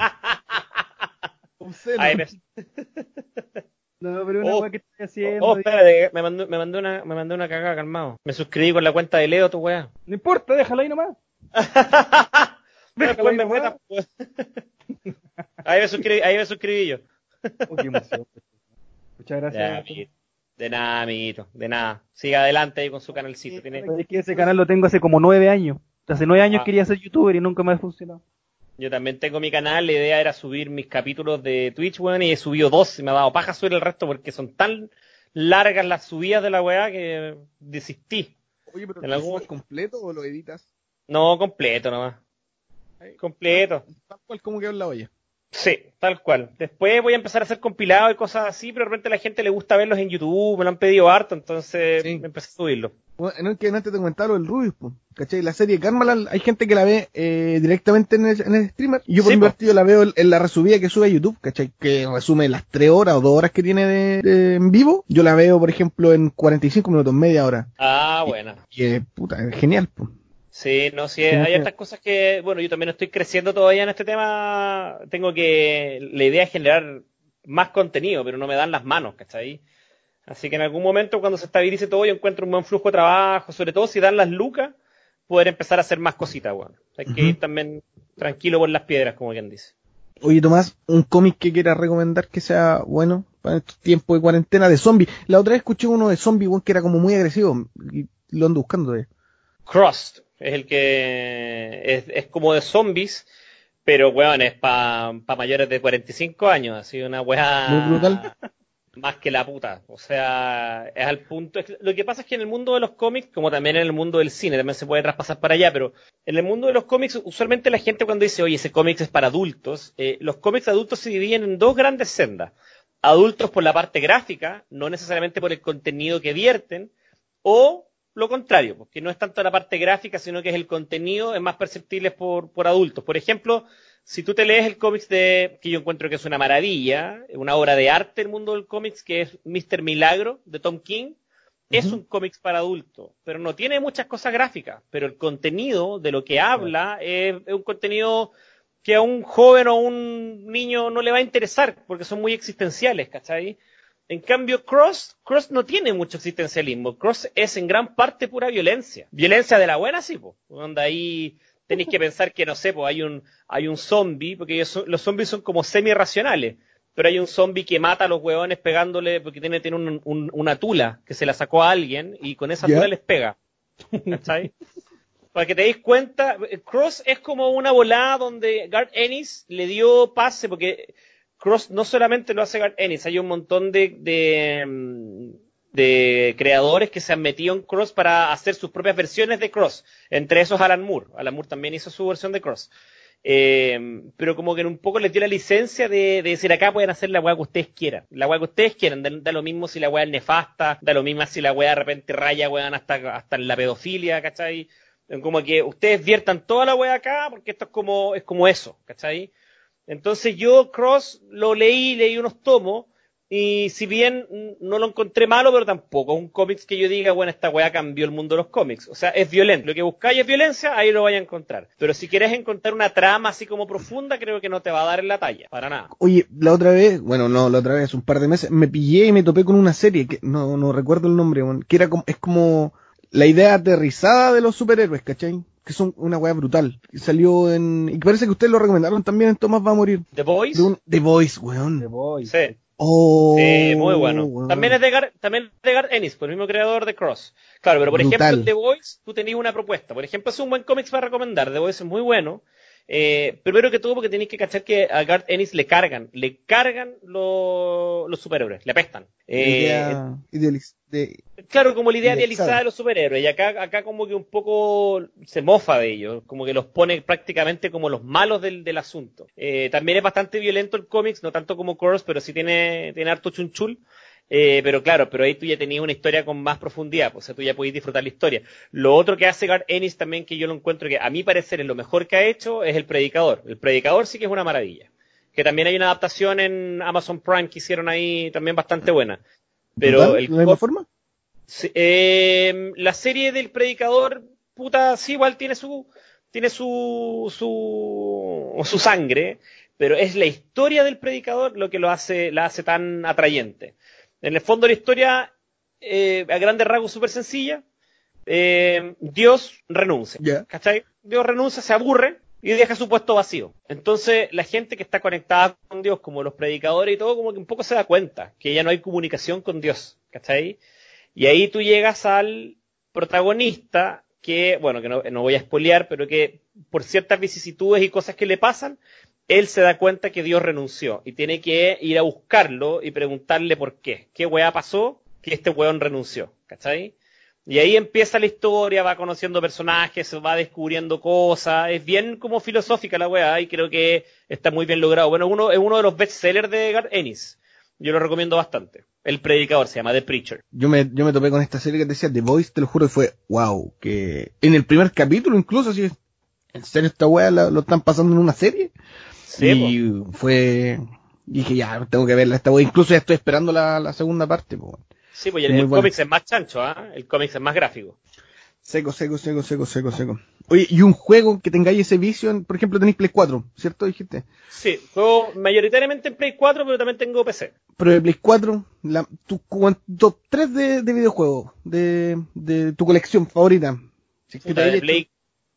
Obsceno. Ahí me... No, pero una Oh, weá que estoy haciendo. Oh, espérate, me mandó, me mandó una, me mandó una cagada, calmado. Me suscribí con la cuenta de Leo, tu weá. No importa, déjala ahí nomás. Después me nomás. metas, pues. Ahí me suscribí, ahí me suscribí yo. Oh, qué emoción. Muchas Ya, gracias. amiguito. De nada, amiguito, de nada. Siga adelante ahí con su canalcito. Tiene... Es que ese canal lo tengo hace como nueve años. Hace nueve años Ah. quería ser youtuber y nunca me ha funcionado. Yo también tengo mi canal, la idea era subir mis capítulos de Twitch, weón, y he subido dos, y me ha dado paja subir el resto porque son tan largas las subidas de la weá que desistí. Oye, pero en ¿lo algún- subes completo o lo editas? No, completo nomás. Completo. Tal cual como quedó en la olla. Sí, tal cual. Después voy a empezar a hacer compilados y cosas así, pero de repente a la gente le gusta verlos en YouTube, me lo han pedido harto, entonces Sí. me empecé a subirlo. Bueno, en que antes te comentaba lo del Rubius, po, ¿cachai? La serie Karmaland, hay gente que la ve eh, directamente en el, en el streamer. Y yo por Sí, mi po. parte yo la veo en, en la resubida que sube a YouTube, ¿cachai? Que resume las tres horas o dos horas que tiene de, de- en vivo. Yo la veo, por ejemplo, en cuarenta y cinco minutos, media hora. Ah, buena. Y es, puta, es genial, po. Sí, no, sí, Sí, hay sí. estas cosas que, bueno, yo también estoy creciendo todavía en este tema. Tengo que, la idea es generar más contenido, pero no me dan las manos, ¿cachai? Así que en algún momento cuando se estabilice todo yo encuentro un buen flujo de trabajo, sobre todo si dan las lucas, poder empezar a hacer más cositas, weón. Hay que Ujú. ir también tranquilo por las piedras, como quien dice. Oye, Tomás, un cómic que quieras recomendar que sea bueno para estos tiempos de cuarentena de zombies. La otra vez escuché uno de zombies, weón, que era como muy agresivo y lo ando buscando todavía. Crust es el que es, es como de zombies, pero weón, es para pa mayores de cuarenta y cinco años, así una Muy brutal. weá más que la puta. O sea, es al punto. Es, lo que pasa es que en el mundo de los cómics, como también en el mundo del cine, también se puede traspasar para allá, pero en el mundo de los cómics, usualmente la gente cuando dice, oye, ese cómic es para adultos, eh, los cómics adultos se dividen en dos grandes sendas. Adultos por la parte gráfica, no necesariamente por el contenido que vierten, o lo contrario, porque no es tanto la parte gráfica, sino que es el contenido, es más perceptible por, por adultos. Por ejemplo, si tú te lees el cómics de, que yo encuentro que es una maravilla, una obra de arte del mundo del cómics, que es míster Milagro, de Tom King, es uh-huh. un cómics para adultos, pero no tiene muchas cosas gráficas, pero el contenido de lo que habla es, es un contenido que a un joven o un niño no le va a interesar, porque son muy existenciales, ¿cachai? En cambio, Cross, Cross no tiene mucho existencialismo. Cross es en gran parte pura violencia. Violencia de la buena, sí, pues. Donde ahí tenéis que pensar que, no sé, pues hay un, hay un zombie, porque ellos, los zombies son como semi-racionales, pero hay un zombie que mata a los huevones pegándole, porque tiene, tiene un, un, una tula que se la sacó a alguien, y con esa yeah. tula les pega. ¿Cachai? Para que te deis cuenta, Cross es como una volada donde Garth Ennis le dio pase, porque Cross no solamente lo hace Garth Ennis, hay un montón de, de, de creadores que se han metido en Cross para hacer sus propias versiones de Cross, entre esos Alan Moore. Alan Moore también hizo su versión de Cross. Eh, pero como que un poco les dio la licencia de, de decir acá pueden hacer la weá que ustedes quieran. La weá que ustedes quieran, da, da lo mismo si la weá es nefasta, da lo mismo si la weá de repente raya weón hasta, hasta en la pedofilia, ¿cachai? Como que ustedes viertan toda la weá acá porque esto es como, es como eso, ¿cachai? Entonces yo Cross lo leí, leí unos tomos, y si bien no lo encontré malo, pero tampoco es un cómics que yo diga, bueno, esta weá cambió el mundo de los cómics. O sea, es violento. Lo que buscáis es violencia, ahí lo vais a encontrar. Pero si quieres encontrar una trama así como profunda, creo que no te va a dar en la talla, para nada. Oye, la otra vez, bueno, no, la otra vez, un par de meses, me pillé y me topé con una serie, que no, no recuerdo el nombre, que era como, es como la idea aterrizada de los superhéroes, ¿cachai? Que son una weá brutal. Que salió en... Y parece que ustedes lo recomendaron también en Tomás va a morir. ¿The Voice? Un... The Voice, weón. The Voice. Sí. Oh, sí, muy bueno. Weón. También es de Gar, también es de Garth Ennis, por el mismo creador de Cross. Claro, pero por brutal. Ejemplo en The Voice tú tenías una propuesta. Por ejemplo, es un buen cómics para recomendar. The Voice es muy bueno. Eh, primero que todo porque tenéis que cachar que a Garth Ennis le cargan, le cargan lo, los superhéroes, le apestan. Eh, idea idealiz- de, claro, como la idea idealizada de los superhéroes, y acá, acá como que un poco se mofa de ellos, como que los pone prácticamente como los malos del, del asunto. Eh, también es bastante violento el cómics, no tanto como Cross, pero sí tiene, tiene harto chunchul. Eh, pero claro, pero ahí tú ya tenías una historia con más profundidad, pues, o sea, tú ya podías disfrutar la historia. Lo otro que hace Garth Ennis también, que yo lo encuentro que a mi parecer es lo mejor que ha hecho, es El Predicador. El Predicador sí que es una maravilla. Que también hay una adaptación en Amazon Prime que hicieron ahí también bastante buena. Pero el ¿de la misma forma? Eh, la serie del Predicador, puta, sí, igual tiene su, tiene su, su, su sangre, pero es la historia del Predicador lo que lo hace, la hace tan atrayente. En el fondo la historia, eh, a grandes rasgos, súper sencilla. Eh, Dios renuncia, yeah. ¿cachai? Dios renuncia, se aburre y deja su puesto vacío. Entonces la gente que está conectada con Dios, como los predicadores y todo, como que un poco se da cuenta que ya no hay comunicación con Dios, ¿cachai? Y ahí tú llegas al protagonista que, bueno, que no, no voy a spoilear, pero que por ciertas vicisitudes y cosas que le pasan, él se da cuenta que Dios renunció y tiene que ir a buscarlo y preguntarle por qué. ¿Qué weá pasó que este weón renunció? ¿Cachai? Y ahí empieza la historia, va conociendo personajes, va descubriendo cosas. Es bien como filosófica la weá y creo que está muy bien logrado. Bueno, uno, es uno de los bestsellers de Garth Ennis. Yo lo recomiendo bastante. El Predicador se llama The Preacher. Yo me, yo me topé con esta serie que te decía, The Voice, te lo juro, y fue wow. Que en el primer capítulo incluso, así, ¿en serio esta weá la, lo están pasando en una serie? Sí, y po. Fue, dije ya, tengo que verla esta weá. Incluso ya estoy esperando la, la segunda parte, po. Sí, pues el, el cómics es más chancho, ¿ah? ¿eh? El cómics es más gráfico. Seco, seco, seco, seco, seco, seco. Oye, y un juego que tengáis ese vicio, en, por ejemplo, tenéis Play cuatro, ¿cierto? Dijiste. Sí, juego mayoritariamente en Play cuatro, pero también tengo P C. Pero de Play cuatro, la, tu top tres de, de videojuegos, de, de tu colección favorita. Si Puta, de, Play,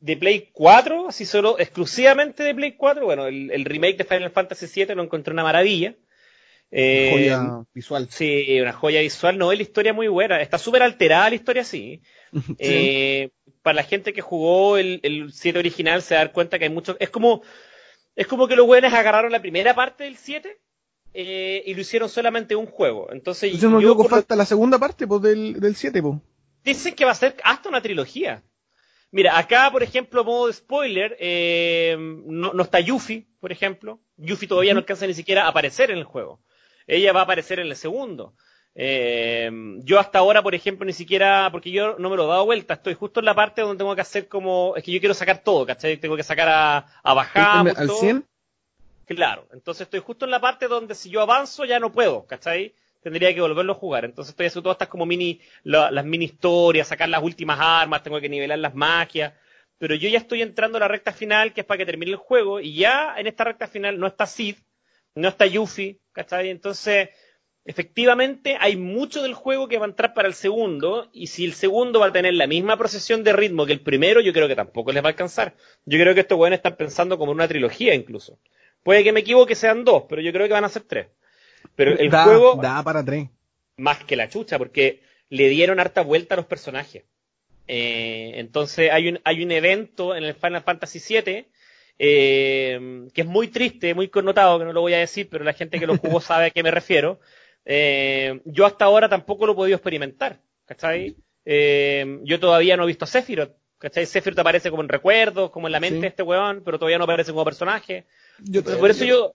de Play cuatro, así solo, exclusivamente de Play cuatro, bueno, el, el remake de Final Fantasy siete lo encontré una maravilla. Eh, joya visual. Sí, una joya visual, no, es la historia muy buena, está súper alterada la historia, sí. Sí. Eh, para la gente que jugó el, el siete original se da cuenta que hay mucho, es como, es como que los güeyes agarraron la primera parte del siete eh, y lo hicieron solamente un juego. Entonces, Entonces, no me yo equivoco, por lo- falta la segunda parte pues, del, del siete, pues. dicen que va a ser hasta una trilogía. Mira, acá, por ejemplo, modo spoiler, eh, no, no está Yuffie, por ejemplo. Yuffie todavía no alcanza ni siquiera a aparecer en el juego. Ella va a aparecer en el segundo. Eh, yo hasta ahora, por ejemplo, ni siquiera, porque yo no me lo he dado vuelta, estoy justo en la parte donde tengo que hacer como, es que yo quiero sacar todo, ¿cachai? Tengo que sacar a, a Bahamut, ¿Al todo. cien? Claro, entonces estoy justo en la parte donde si yo avanzo ya no puedo, ¿cachai? Tendría que volverlo a jugar. Entonces estoy haciendo todas estas como mini, la- las mini historias, sacar las últimas armas, tengo que nivelar las magias. Pero yo ya estoy entrando a la recta final, que es para que termine el juego, y ya en esta recta final no está Sid, no está Yuffie, ¿cachai? Entonces, efectivamente, hay mucho del juego que va a entrar para el segundo, y si el segundo va a tener la misma procesión de ritmo que el primero, yo creo que tampoco les va a alcanzar. Yo creo que estos weones están pensando como en una trilogía incluso. Puede que me equivoque, sean dos, pero yo creo que van a ser tres. Pero el da, juego, da para tres. más que la chucha, porque le dieron harta vuelta a los personajes. Eh, entonces hay un, hay un evento en el Final Fantasy siete eh, que es muy triste, muy connotado, que no lo voy a decir, pero la gente que lo jugó sabe a qué me refiero. Eh, yo hasta ahora tampoco lo he podido experimentar, ¿cachai? Eh, yo todavía no he visto a Sephiroth, ¿cachai? Sephiroth aparece como en recuerdos, como en la mente Sí. de este weón, pero todavía no aparece como personaje. Yo Entonces, por eso yo...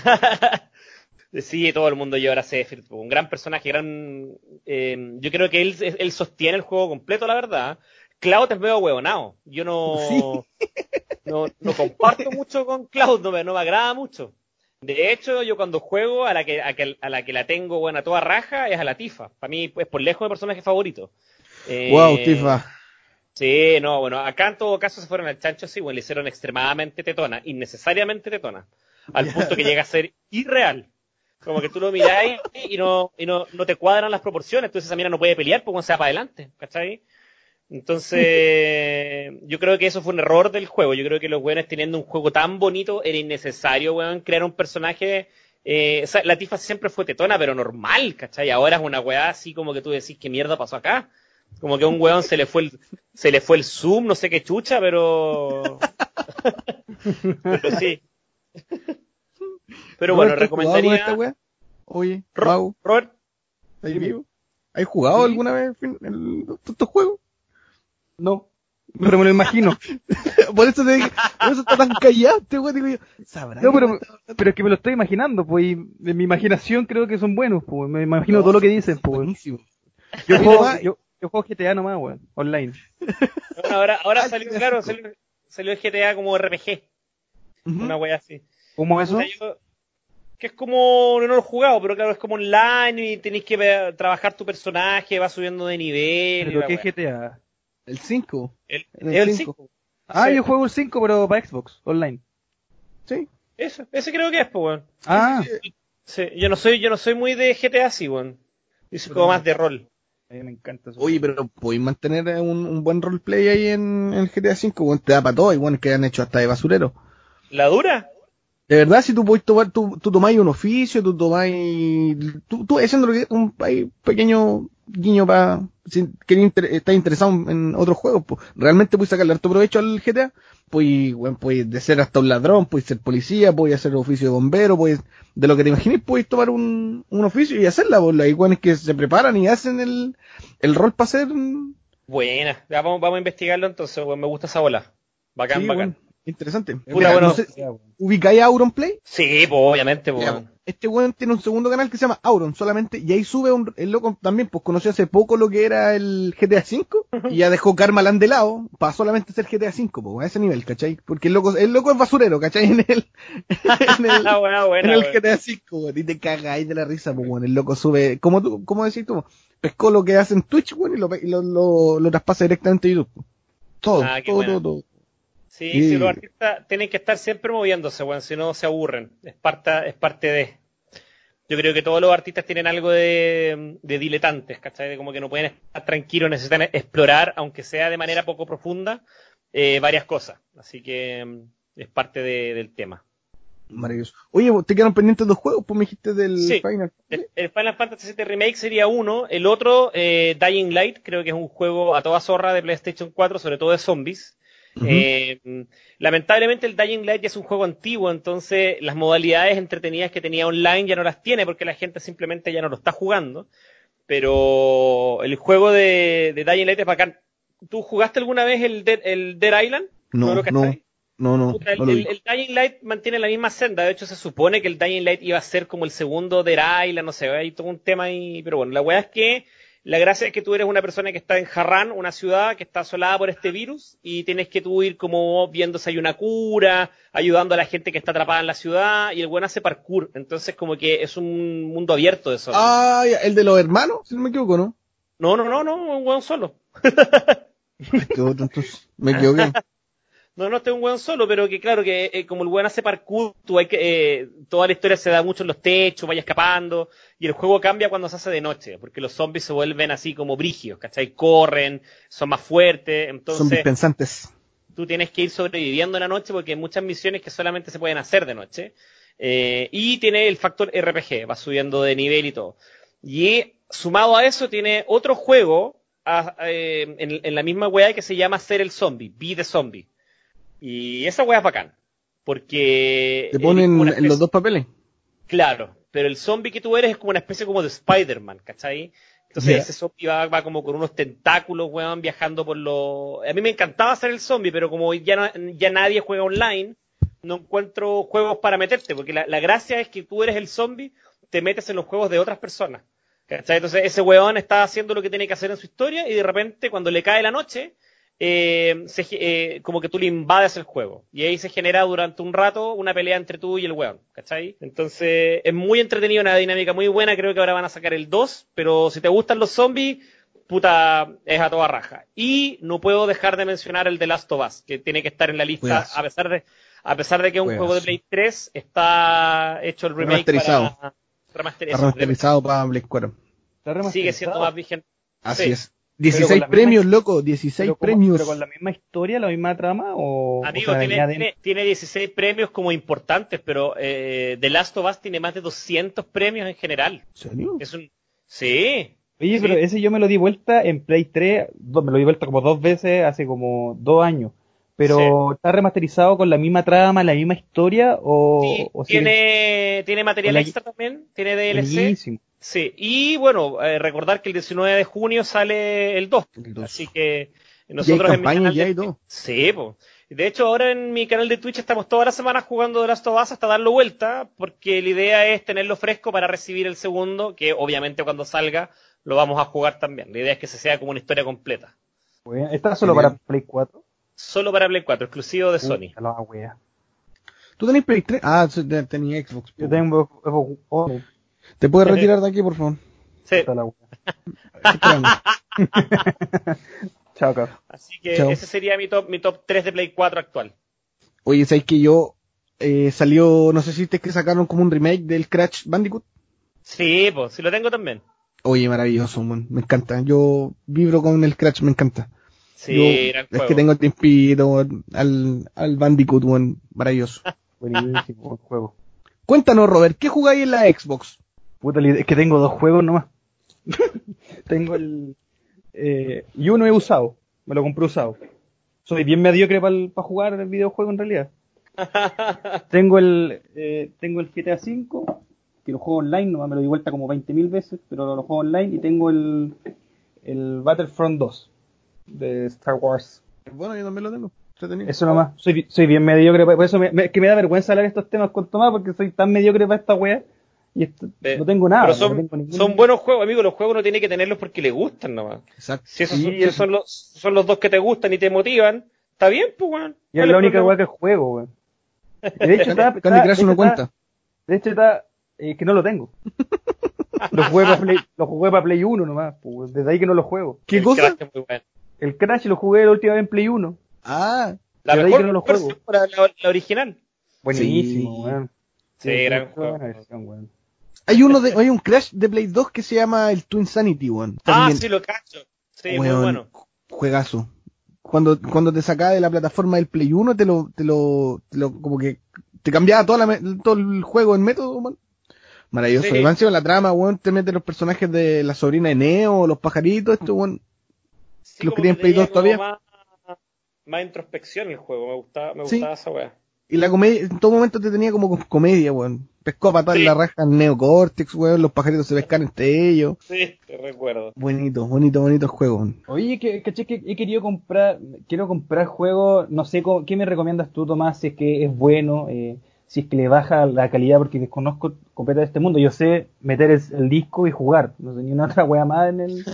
Sí, todo el mundo llora a Sephiroth, un gran personaje, gran... Eh, yo creo que él, él sostiene el juego completo, la verdad. Cloud es medio huevonao. Yo no, Sí. no, no comparto mucho con Cloud, no me, no me agrada mucho. De hecho, yo cuando juego, a la que, a, que, a la que la tengo buena toda raja, es a la Tifa. Para mí es por lejos mi personaje favorito. Eh, Wow, Tifa. Sí, no, bueno, acá en todo caso se fueron al chancho, sí, bueno, le hicieron extremadamente tetona, innecesariamente tetona, al punto que llega a ser irreal. Como que tú lo miráis y no, y no, no te cuadran las proporciones, entonces esa mira no puede pelear porque se va para adelante, ¿cachai? Entonces, yo creo que eso fue un error del juego. Yo creo que los weones teniendo un juego tan bonito, era innecesario, weón, crear un personaje. Eh, o sea, la Tifa siempre fue tetona, pero normal, ¿cachai? Ahora es una weá así como que tú decís, ¿qué mierda pasó acá? Como que a un weón se le fue el, se le fue el zoom, no sé qué chucha, pero. Pero sí. Pero bueno, Robert, ¿has jugado con esta recomendaría. wea? Oye, Ro- Mau, Robert, ¿estás Dime. vivo? ¿Has jugado ¿Sí? alguna vez en el- estos juegos? No, pero me lo imagino. Por eso te dije, por eso está tan callado este weón, digo yo. ¿Sabrá No, qué pero, weón está hablando? pero es que me lo estoy imaginando, pues, y en mi imaginación creo que son buenos, pues, me imagino No, todo lo que son- dicen, son pues. buenísimo. Yo Ahí juego, nomás- yo, yo juego G T A nomás, weón, online. bueno, ahora, ahora Ah, salió, G T A claro, cinco. salió, salió el G T A como R P G, Ujú. una wea así. ¿Cómo eso? Puta, yo- que es como, no lo he jugado, pero claro, es como online y tenéis que ver- trabajar tu personaje, va subiendo de nivel y ¿Pero la qué wea. G T A? El cinco. El, En el es el cinco. cinco. Ah, Sí. yo juego el cinco, pero para Xbox, online. Sí. Eso, ese creo que es, pues, weón. Ah, Sí, sí, Sí, yo no soy, yo no soy muy de G T A, sí, weón. Yo soy como más de rol. a mí me encanta eso. Oye, pero podéis mantener un, un buen roleplay ahí en, en G T A cinco, weón, te da para todo, igual que han hecho hasta de basurero. ¿La dura? De verdad, si tú podés tomar, tú, tú tomáis un oficio, tú tomáis, tú, tú haciendo lo que un hay pequeño guiño para, si queréis inter, estás interesado en otros juegos, pues realmente puedes sacarle harto provecho al G T A, pues, bueno, puedes de ser hasta un ladrón, puedes ser policía, puedes hacer oficio de bombero, puedes, de lo que te imagines, puedes tomar un, un oficio y hacerla, pues hay iguanes que se preparan y hacen el, el rol para hacer, Buena. Ya vamos, vamos a investigarlo entonces, weón. Me gusta esa bola. Bacán, sí, bacán. bueno, interesante. Puta, Mira, bueno. no sé, ¿ubicáis a Auronplay? Sí, pues obviamente, pues. Ya, weón. este weón tiene un segundo canal que se llama Auron solamente, y ahí sube un, el loco también, pues conoció hace poco lo que era el G T A cinco, y ya dejó Karmaland de lado, para solamente ser G T A cinco, pues, a ese nivel, ¿cachai? Porque el loco, el loco es basurero, ¿cachai? En el, en el, Ah, buena, buena, en el weón. G T A cinco, weón, y te cagáis de la risa, pues, weón, el loco sube, ¿cómo tú, cómo decís tú? Pescó lo que hace en Twitch, weón, y lo, y lo, lo, lo traspasa directamente a YouTube. pues. Todo, Ah, qué todo, buena. todo, todo. Sí, Sí. sí, los artistas tienen que estar siempre moviéndose, weón, si no se aburren. Es parte, es parte de. Yo creo que todos los artistas tienen algo de, de diletantes, ¿cachai? De como que no pueden estar tranquilos, necesitan explorar, aunque sea de manera poco profunda, eh, varias cosas. Así que mm, es parte de, del tema. Maravilloso. Oye, ¿te quedaron pendientes dos juegos? Pues me dijiste del Sí, Final. el, el Final Fantasy siete Remake sería uno. El otro, eh, Dying Light, creo que es un juego a toda zorra de PlayStation cuatro, sobre todo de zombies. Uh-huh. Eh, lamentablemente el Dying Light ya es un juego antiguo, entonces las modalidades entretenidas que tenía online ya no las tiene porque la gente simplemente ya no lo está jugando. Pero el juego de, de Dying Light es bacán. ¿Tú jugaste alguna vez el Dead, el Dead Island? No, no, no. No, no, Puta, el, no lo el, el Dying Light mantiene la misma senda. De hecho, se supone que el Dying Light iba a ser como el segundo Dead Island, no sé, hay todo un tema ahí. Pero bueno, la weá es que la gracia es que tú eres una persona que está en Harran, una ciudad que está asolada por este virus, y tienes que tú ir como viendo si hay una cura, ayudando a la gente que está atrapada en la ciudad, y el weón hace parkour. Entonces, como que es un mundo abierto de eso. Ah, el de los hermanos, si no me equivoco, ¿no? No, no, no, no, un weón solo. Este otro, entonces, me equivoqué. No, no, este es un weón solo, pero que claro, que eh, como el weón hace parkour, tú hay que, eh, toda la historia se da mucho en los techos, vaya escapando, y el juego cambia cuando se hace de noche, porque los zombies se vuelven así como brígidos, ¿cachai? Corren, son más fuertes, entonces... Zombies pensantes. Tú tienes que ir sobreviviendo en la noche porque hay muchas misiones que solamente se pueden hacer de noche. Eh, y tiene el factor R P G, va subiendo de nivel y todo. Y sumado a eso tiene otro juego a, eh, en, en la misma weá que se llama Ser el Zombie, Be the Zombie. Y esa weá es bacán, porque... ¿Te ponen especie, en los dos papeles? Claro, pero el zombie que tú eres es como una especie como de Spider-Man, ¿cachai? Entonces yeah. ese zombie va, va como con unos tentáculos, weón, viajando por los... A mí me encantaba hacer el zombie, pero como ya, no, ya nadie juega online, no encuentro juegos para meterte, porque la, la gracia es que tú eres el zombie, te metes en los juegos de otras personas, ¿cachai? Entonces ese weón está haciendo lo que tiene que hacer en su historia y de repente cuando le cae la noche... Eh, se, eh, como que tú le invades el juego y ahí se genera durante un rato una pelea entre tú y el weón, ¿cachai? Entonces es muy entretenido, una dinámica muy buena. Creo que ahora van a sacar el dos, pero si te gustan los zombies, puta, es a toda raja. Y no puedo dejar de mencionar el The Last of Us, que tiene que estar en la lista. Cuidazo. a pesar de a pesar de que es un Cuidazo. juego de Play tres, está hecho el remake remasterizado. para remasterizado, remasterizado para Play cuatro. Sigue siendo más vigente. Así sí. es. dieciséis premios, misma, loco, dieciséis pero premios. ¿Pero con la misma historia, la misma trama? O, Amigo, o sea, tiene, tiene, tiene dieciséis premios como importantes, pero eh, The Last of Us tiene más de doscientos premios en general. ¿En serio? Es un... Sí. Oye, sí. pero ese yo me lo di vuelta en Play tres, me lo di vuelta como dos veces hace como dos años. Pero, sí. ¿Está remasterizado con la misma trama, la misma historia? O, sí, o tiene, sigue... tiene material la... extra también, tiene D L C. Buenísimo. Sí, y bueno, eh, recordar que el diecinueve de junio sale el dos, el dos. Así que nosotros ¿Y hay en mi canal ya de... y todo? Sí, pues. De hecho, ahora en mi canal de Twitch estamos toda la semana jugando The Last of Us hasta darlo vuelta, porque la idea es tenerlo fresco para recibir el segundo, que obviamente cuando salga lo vamos a jugar también. La idea es que se sea como una historia completa. Bueno, ¿está solo Genial. para Play cuatro? Solo para Play cuatro, exclusivo de Sony. Uh, la wea. ¿Tú tenés Play tres? Ah, tenía Xbox. Yo tengo Xbox. Oh. ¿Te puedes retirar de aquí, por favor? Sí. Chao, cabrón. Así que Chao. ese sería mi top, mi top tres de Play cuatro actual. Oye, ¿sabes que yo eh, salió, no sé si es que sacaron como un remake del Crash Bandicoot? Sí, pues, sí lo tengo también. Oye, maravilloso, man. Me encanta. Yo vibro con el Crash, me encanta. Sí, yo, era el es juego. que tengo tiempito al, al Bandicoot, man. Maravilloso. Buenísimo el juego. Cuéntanos, Robert, ¿qué jugáis en la Xbox? Puta, es que tengo dos juegos nomás. Tengo el... Eh, y uno he usado. Me lo compré usado. Soy bien mediocre para pa jugar el videojuego en realidad. tengo el eh, tengo el G T A cinco, que lo juego online, nomás me lo di vuelta como veinte mil veces, pero lo juego online. Y tengo el, el Battlefront dos de Star Wars. Bueno, yo también lo tengo. Eso nomás. Soy, soy bien mediocre, por eso me, me, que me da vergüenza hablar estos temas con Tomás, porque soy tan mediocre para esta wea. Y esto, eh, no tengo nada. Pero son, no tengo ningún... son buenos juegos, amigo. Los juegos uno tiene que tenerlos porque le gustan nomás. Exacto. Si esos, sí, son, si esos son, los, son los dos que te gustan y te motivan, está bien, pues, weón. Y es la única weá que juego, weón. De hecho, está, Candy Crush no cuenta. De hecho, está, eh, que no lo tengo. Lo jugué para Play, lo jugué para Play uno nomás, pues, desde ahí que no lo juego. ¿Qué el cosa? Crash es muy bueno. El Crash lo jugué la última vez en Play uno. Ah. La desde mejor ahí que no lo juego. Para la, la original. Buenísimo, sí. weón. Sí, sí, gran juego. Buena versión, weón. Hay uno de, hay un Crash de Play dos que se llama el Twin Sanity, weón. Ah, sí, lo cacho. Sí, weón, muy bueno. Juegazo. cuando, cuando te sacaba de la plataforma del Play uno, te lo, te lo, te lo como que te cambiaba toda la, todo el juego en método, man. Maravilloso. Sí. Y más encima la trama, weón, te mete los personajes de la sobrina de Neo, los pajaritos, esto, weón. Sí, Los como quería en que Play tenía dos como todavía. más, más introspección el juego, me gustaba, me Sí. gustaba esa weá. Y la comedia, en todo momento te tenía como con comedia, weón. Pescó a patar Sí. la raja en Neo Cortex, weón, los pajaritos se pescan entre ellos. Sí, te recuerdo. Bonito, bonito, bonito el juego, weón. Oye, que, caché que he querido comprar, quiero comprar juegos, no sé, co- ¿qué me recomiendas tú, Tomás? Si es que es bueno, eh, si es que le baja la calidad, porque desconozco completamente este mundo. Yo sé meter el, el disco y jugar, no sé ni una otra wea más en el...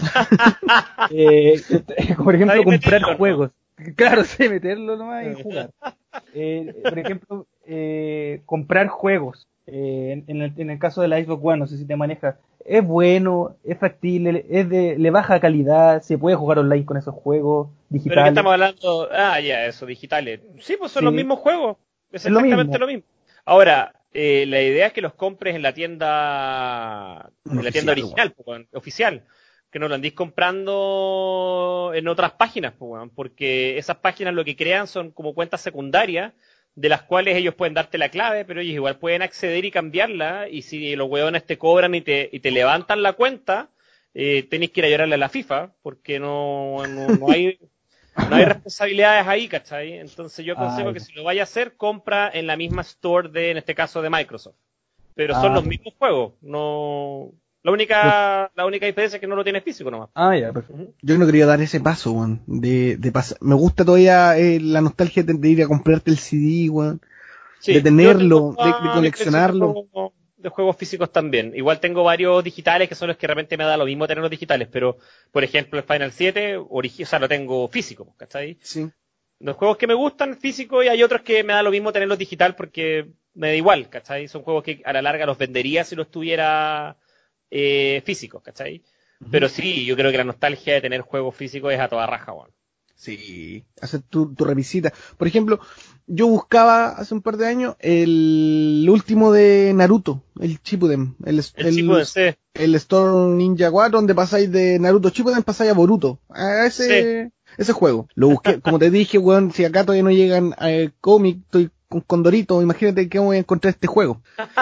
eh, por ejemplo, ¿Sabes comprar meterlo, no? juegos. Claro, sé meterlo nomás y jugar. Eh, por ejemplo, eh, comprar juegos. Eh, en, en el, en el caso de la Xbox One, no sé si te manejas. Es bueno, es factible, es de, le baja calidad, se puede jugar online con esos juegos ¿Pero qué digitales. estamos hablando? Ah, ya, eso, digitales. Sí, pues son Sí. los mismos juegos. Es Es lo exactamente mismo. lo mismo. Ahora, eh, la idea es que los compres en la tienda, Un en la tienda oficial, original, pues, weón, oficial. Que no lo andéis comprando en otras páginas, pues, weón, porque esas páginas lo que crean son como cuentas secundarias, de las cuales ellos pueden darte la clave, pero ellos igual pueden acceder y cambiarla, y si los huevones te cobran y te, y te levantan la cuenta, eh, tenéis que ir a llorarle a la FIFA, porque no, no, no hay, no hay responsabilidades ahí, ¿cachai? Entonces yo aconsejo Ah, que ya. si lo vaya a hacer, compra en la misma store de, en este caso, de Microsoft. Pero son Ah, los mismos juegos, no... La única, la única diferencia es que no lo tienes físico nomás. ah, ya, perfecto. Ujú. Yo no quería dar ese paso, weón. De, de pasar. Me gusta todavía eh, la nostalgia de, de ir a comprarte el C D, weón. De Sí, yo tengo tenerlo, de, de toda mi colección de coleccionarlo. juegos, de juegos físicos también. Igual tengo varios digitales que son los que realmente me da lo mismo tenerlos digitales, pero por ejemplo el Final siete, origi- o sea, lo tengo físico, ¿cachai? Sí. Los juegos que me gustan físico y hay otros que me da lo mismo tenerlos digital porque me da igual, ¿cachai? Son juegos que a la larga los vendería si los tuviera eh, físicos, ¿cachai? Pero sí, yo creo que la nostalgia de tener juegos físicos es a toda raja, weón. Sí, hacer tu, tu revisita. Por ejemplo, yo buscaba hace un par de años el último de Naruto, el Shippuden, el, El chico el, de C, el Storm Ninja cuatro, donde pasáis de Naruto Shippuden, pasáis a Boruto, a C. ese, ese juego. Lo busqué, como te dije, weón, si acá todavía no llegan al cómic, estoy con Condorito, imagínate que voy a encontrar este juego.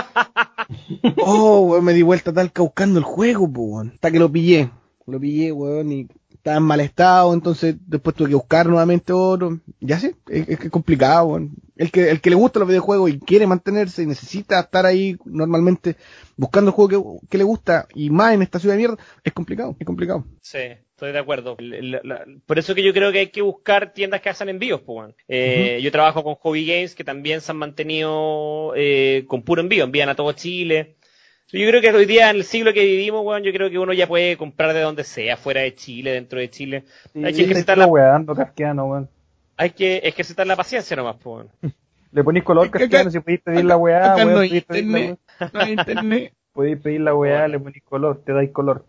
Oh, weón, me di vuelta talca buscando el juego, po, weón, hasta que lo pillé. Lo pillé, weón, y estaba en mal estado, entonces después tuve que buscar nuevamente otro. Ya sé, es, es que es complicado, weón. El que, el que le gusta los videojuegos y quiere mantenerse y necesita estar ahí normalmente buscando el juego que, que le gusta y más en esta ciudad de mierda, es complicado, es complicado. Sí, estoy de acuerdo. El- el- la- por eso que yo creo que hay que buscar tiendas que hacen envíos, pues, weón. Eh, Ujú. Yo trabajo con Hobby Games que también se han mantenido eh, con puro envío, envían a todo Chile. Yo creo que hoy día, en el siglo que vivimos, weón, yo creo que uno ya puede comprar de donde sea, fuera de Chile, dentro de Chile. Sí, Hay que estáis ejercitar puro la, weando, casqueano, weón. hay que ejercitar la paciencia nomás, pues, weón. Le ponís color Es que casqueano, acá, si podéis pedir la acá, weá, acá no weón, hay podéis pedir la internet, weá. no hay internet. Podéis pedir la No, weá, no. le ponís color, te dais color.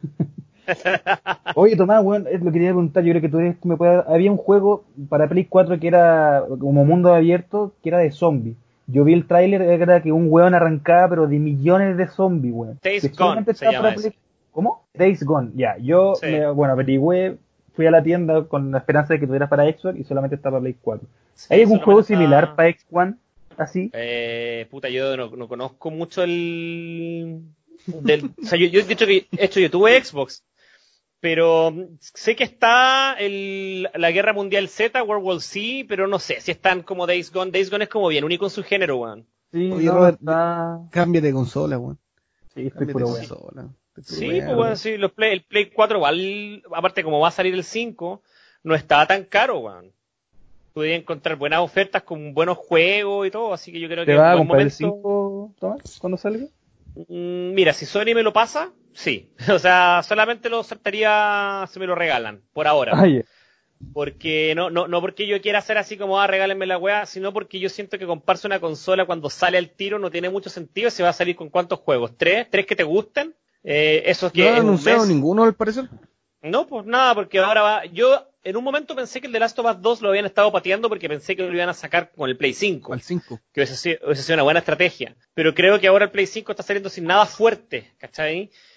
Oye, Tomás, weón, es lo que quería preguntar, yo creo que tú eres, me puedes, había un juego para Play cuatro que era como mundo abierto, que era de zombies. Yo vi el tráiler, era que un weón arrancaba, pero de millones de zombies, weón. Days Que Gone solamente se está llama para eso. Play... ¿Cómo? Days Gone, ya. Yo, Sí. me, bueno, averigüé, fui a la tienda con la esperanza de que tuviera para Xbox y solamente está para Play cuatro. Sí, ¿Hay algún juego solamente similar está... para Xbox One? Así. Eh, puta, yo no, no conozco mucho el... Del, o sea, yo, yo he dicho que, de hecho, yo tuve Xbox, pero sé que está el, la Guerra Mundial Z, World War Z, pero no sé si están como Days Gone. Days Gone es como bien único en su género, weón. Sí, Oye, no, Robert, está... cámbiate de consola, weón. Sí, estoy Cámbiate de puro weón. consola. Estoy puro Sí, pues weón. bueno, sí, los Play, el Play cuatro igual, aparte como va a salir el cinco, no está tan caro, weón. Pude encontrar buenas ofertas con buenos juegos y todo, así que yo creo ¿Te que es vas a buen comprar el momento. cinco, Tomás, cuando salga? Mm, Mira, si Sony me lo pasa, sí. O sea, solamente lo saltaría si me lo regalan, por ahora. Ah, ya. Porque no, no, no porque yo quiera hacer así como, ah, regálenme la weá, sino porque yo siento que comprarse una consola cuando sale al tiro no tiene mucho sentido. Se va a salir con cuántos juegos, tres, tres que te gusten. Eh, eso es No han que es un anunciado mes. ninguno, al parecer. No, pues nada, porque ahora va. Yo en un momento pensé que el The Last of Us dos lo habían estado pateando porque pensé que lo iban a sacar con el Play cinco. Al cinco. Que hubiese sido, hubiese sido una buena estrategia. Pero creo que ahora el Play cinco está saliendo sin nada fuerte, ¿cachai?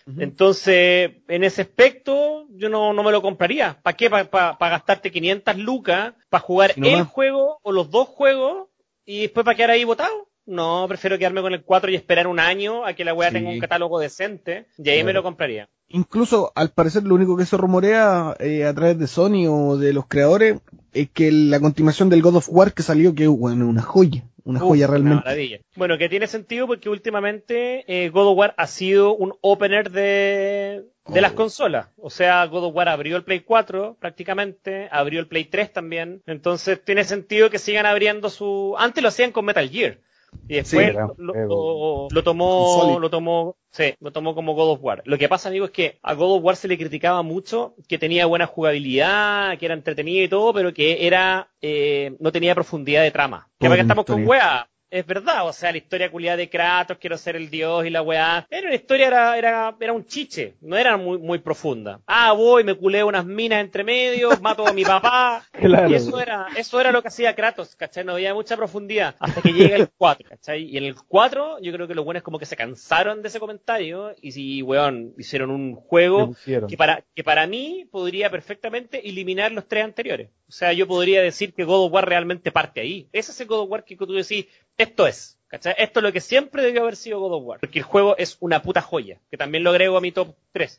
Uh-huh. Entonces, en ese aspecto, yo no, no me lo compraría. ¿Para qué? ¿Para pa, pa gastarte quinientas lucas? ¿Para jugar si no el más. juego o los dos juegos y después para quedar ahí botado? No, prefiero quedarme con el cuatro y esperar un año a que la weá sí. tenga un catálogo decente y ahí claro. me lo compraría. Incluso, al parecer, lo único que se rumorea eh, a través de Sony o de los creadores es que la continuación del God of War que salió, que es bueno, una joya. Una Uf, joya realmente. Una maravilla. Bueno, que tiene sentido porque últimamente eh, God of War ha sido un opener de, de oh. las consolas. O sea, God of War abrió el Play cuatro prácticamente, abrió el Play tres también. Entonces tiene sentido que sigan abriendo su... Antes lo hacían con Metal Gear. Y después sí, lo, lo, lo tomó, lo tomó, sí, lo tomó como God of War. Lo que pasa, amigo, es que a God of War se le criticaba mucho que tenía buena jugabilidad, que era entretenido y todo, pero que era, eh, no tenía profundidad de trama. Que para que estamos con weá. Es verdad, o sea, la historia culiada de Kratos, quiero ser el dios y la weá. Era una historia, era, era, era un chiche, no era muy, muy profunda. Ah, voy, me culeo unas minas entre medio, mato a mi papá. Claro. Y eso era, eso era lo que hacía Kratos, ¿cachai? No había mucha profundidad. Hasta que llega el cuatro, ¿cachai? Y en el cuatro, yo creo que los buenos como que se cansaron de ese comentario, y si, weón, hicieron un juego que para, que para mí podría perfectamente eliminar los tres anteriores. O sea, yo podría decir que God of War realmente parte ahí. Ese es el God of War que tú decís, esto es, ¿cachai? Esto es lo que siempre debió haber sido God of War. Porque el juego es una puta joya, que también lo agrego a mi top tres.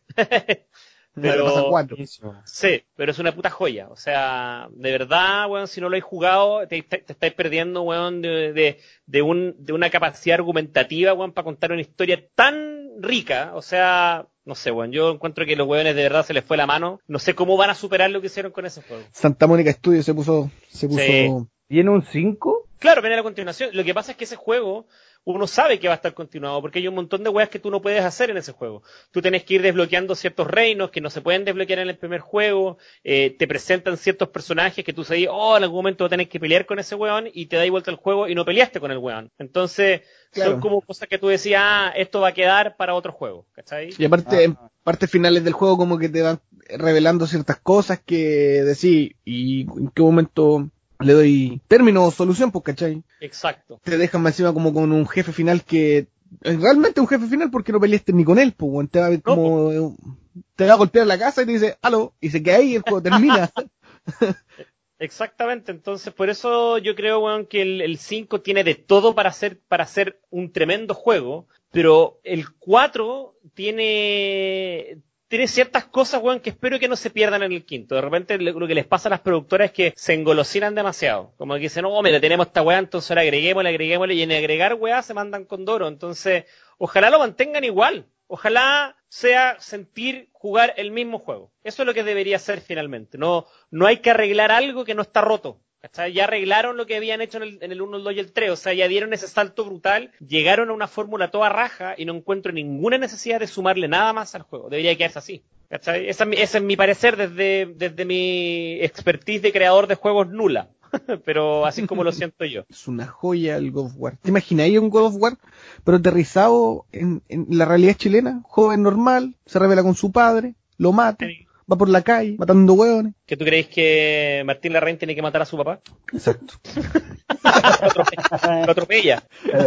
Pero, sí, pero es una puta joya. O sea, de verdad, weón, si no lo has jugado, te, te, te estáis perdiendo, weón, de, de, de, un, de una capacidad argumentativa, weón, para contar una historia tan rica. O sea, no sé, weón, yo encuentro que los weones de verdad se les fue la mano. No sé cómo van a superar lo que hicieron con ese juego. Santa Mónica Studios se puso, se puso... Sí. ¿Tiene un cinco? Claro, viene la continuación. Lo que pasa es que ese juego, uno sabe que va a estar continuado, porque hay un montón de weas que tú no puedes hacer en ese juego. Tú tenés que ir desbloqueando ciertos reinos que no se pueden desbloquear en el primer juego, eh, te presentan ciertos personajes que tú sabes, oh, en algún momento tenés que pelear con ese weón, y te da vuelta el juego y no peleaste con el weón. Entonces, claro. Son como cosas que tú decías, ah, esto va a quedar para otro juego, ¿cachai? Y aparte, ah. en partes finales del juego como que te van revelando ciertas cosas que decís, y en qué momento... le doy término o solución, pues, ¿cachai? Exacto. Te dejan más encima como con un jefe final que... realmente un jefe final porque no peleaste ni con él, pues, te va a, como, no, te va a golpear la casa y te dice, aló, y se queda ahí y el juego termina. Exactamente, entonces por eso yo creo, weón, que el, el cinco tiene de todo para hacer, para hacer un tremendo juego, pero el cuatro tiene... tiene ciertas cosas, weón, que espero que no se pierdan en el quinto. De repente lo que les pasa a las productoras es que se engolosinan demasiado. Como que dicen, no, mira, tenemos esta weá, entonces ahora agreguémosle, agreguémosle, y en agregar weá se mandan con Doro. Entonces, ojalá lo mantengan igual. Ojalá sea sentir jugar el mismo juego. Eso es lo que debería ser finalmente. No, no hay que arreglar algo que no está roto. ¿Cachai? Ya arreglaron lo que habían hecho en el, en el uno, el dos y el tres, o sea, ya dieron ese salto brutal, llegaron a una fórmula toda raja y no encuentro ninguna necesidad de sumarle nada más al juego, debería quedarse así, ¿cachai? Esa, ese es mi parecer desde, desde mi expertise de creador de juegos nula, pero así como lo siento yo. Es una joya el God of War. ¿Te imagináis un God of War, pero aterrizado en, en la realidad chilena? Joven normal, se revela con su padre, lo mata. Sí. Va por la calle, matando hueones. ¿Que tú creéis que Martín Larraín tiene que matar a su papá? Exacto. lo, atropella, lo atropella.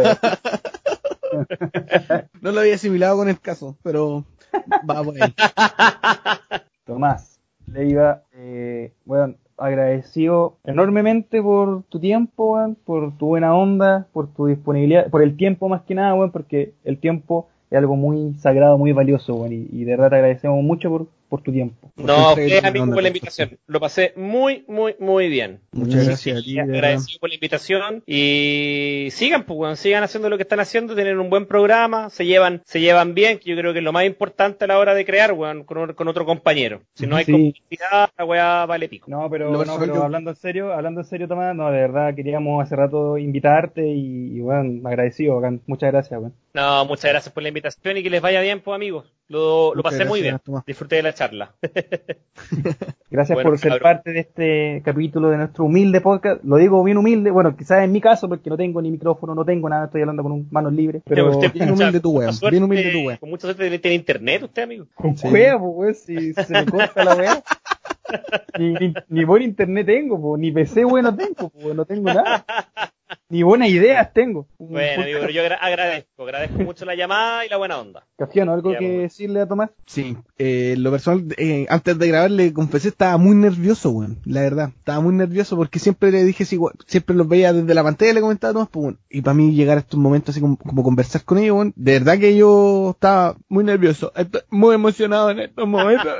No lo había asimilado con el caso, pero va por ahí. Tomás, Leiva, eh, bueno, agradecido enormemente por tu tiempo, weón, por tu buena onda, por tu disponibilidad, por el tiempo más que nada, weón, porque el tiempo es algo muy sagrado, muy valioso, weón, y, y de verdad te agradecemos mucho por, por tu tiempo. No, usted, amigo, por la invitación. Lo pasé muy, muy, muy bien. Muchas gracias a ti. Agradecido por la invitación. Y sigan, pues, bueno, sigan haciendo lo que están haciendo, tienen un buen programa, se llevan, se llevan bien, que yo creo que es lo más importante a la hora de crear, weón, con, con otro compañero. Si no hay sí. complicidad, la weá vale pico. No, pero, no, pero hablando en serio, hablando en serio, Tomás, no, de verdad queríamos hace rato invitarte y, y bueno, agradecido, bacán. Muchas gracias, weón. No, muchas gracias por la invitación y que les vaya bien, pues, amigos. Lo, lo pasé gracias, muy bien. Tomás. Disfruté de la charla. Gracias bueno, por ser cabrón. parte de este capítulo de nuestro humilde podcast. Lo digo bien humilde, bueno, quizás en mi caso, porque no tengo ni micrófono, no tengo nada, estoy hablando con un manos libres. Pero usted, bien humilde tu weón, bien humilde tu weón. Con mucha suerte tiene internet usted, amigo. Con sí. Wea, pues, si se me corta la wea. Ni, ni, ni buen internet tengo, po, ni P C bueno tengo, po, no tengo nada. Ni buenas ideas tengo. Un Bueno, amigo, pero yo agra- agradezco, agradezco mucho la llamada y la buena onda. Cafiano, ¿algo Ya, que bueno. decirle a Tomás? Sí, eh, lo personal, eh, antes de grabar le confesé, estaba muy nervioso, weón, la verdad, estaba muy nervioso porque siempre le dije, sí, weón, siempre los veía desde la pantalla y le comentaba a Tomás, pues, weón, y para mí llegar a estos momentos así como, como conversar con ellos, weón, de verdad que yo estaba muy nervioso, estoy muy emocionado en estos momentos.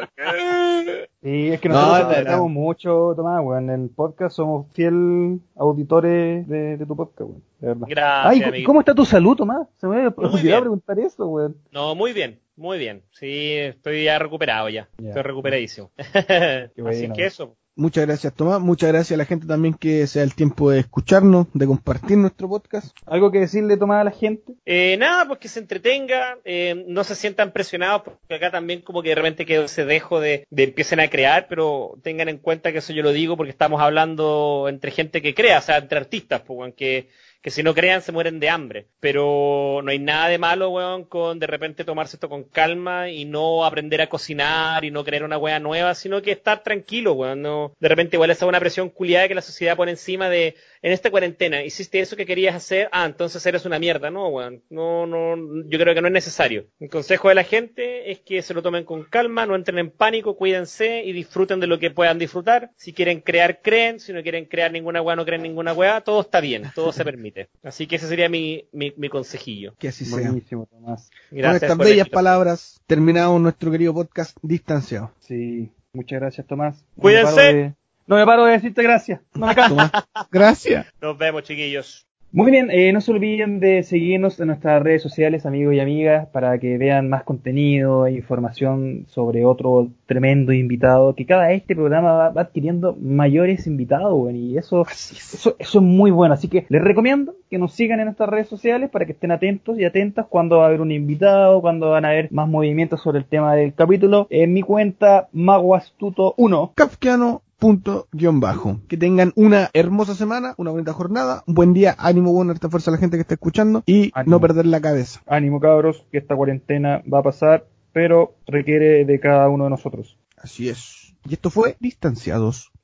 Sí, es que No, nosotros de te verdad. apreciamos mucho, Tomás, weón. En el podcast somos fiel auditores de, de tu podcast, weón. De verdad. Gracias, Ay, ¿y amiguito. ¿cómo está tu salud, Tomás? Se me había Muy olvidado bien. preguntar eso, weón. No, muy bien, muy bien. Sí, estoy ya recuperado ya. Ya. Estoy recuperadísimo. bueno. Así que eso. Muchas gracias, Tomás, muchas gracias a la gente también que se da el tiempo de escucharnos, de compartir nuestro podcast. ¿Algo que decirle, Tomás, a la gente? Eh, nada, pues que se entretenga, eh, no se sientan presionados, porque acá también como que de repente quedó ese dejo de, de empiecen a crear, pero tengan en cuenta que eso yo lo digo porque estamos hablando entre gente que crea, o sea, entre artistas, pues, weón, que, que si no crean se mueren de hambre. Pero no hay nada de malo, weón, con de repente tomarse esto con calma y no aprender a cocinar y no crear una weá nueva, sino que estar tranquilo, weón. No, de repente igual esa es una presión culiada que la sociedad pone encima de, en esta cuarentena, hiciste eso que querías hacer, ah, entonces eres una mierda. No, weón, no, no, yo creo que no es necesario. El consejo de la gente es que se lo tomen con calma, no entren en pánico, cuídense y disfruten de lo que puedan disfrutar. Si quieren crear, creen, si no quieren crear ninguna weá, no creen ninguna weá, todo está bien, todo se permite. Así que ese sería mi, mi, mi consejillo. Que así sea. Buenísimo, Tomás. Con Gracias estas por la bellas invitación. palabras terminamos nuestro querido podcast distanciado. Sí, muchas gracias, Tomás. No Cuídense. me paro de- No me paro de decirte gracias. No me canso. Tomás, gracias. Nos vemos, chiquillos. Muy bien, eh, no se olviden de seguirnos en nuestras redes sociales, amigos y amigas, para que vean más contenido e información sobre otro tremendo invitado, que cada este programa va, va adquiriendo mayores invitados, bueno, y eso, eso, eso es muy bueno. Así que les recomiendo que nos sigan en nuestras redes sociales para que estén atentos y atentas cuando va a haber un invitado, cuando van a haber más movimientos sobre el tema del capítulo. En mi cuenta, Maguastuto uno. Kafkiano punto guión bajo. Que tengan una hermosa semana, una bonita jornada, un buen día, ánimo, buena harta fuerza a la gente que está escuchando y Ánimo. no perder la cabeza. Ánimo, cabros, que esta cuarentena va a pasar, pero requiere de cada uno de nosotros. Así es. Y esto fue Distanciados.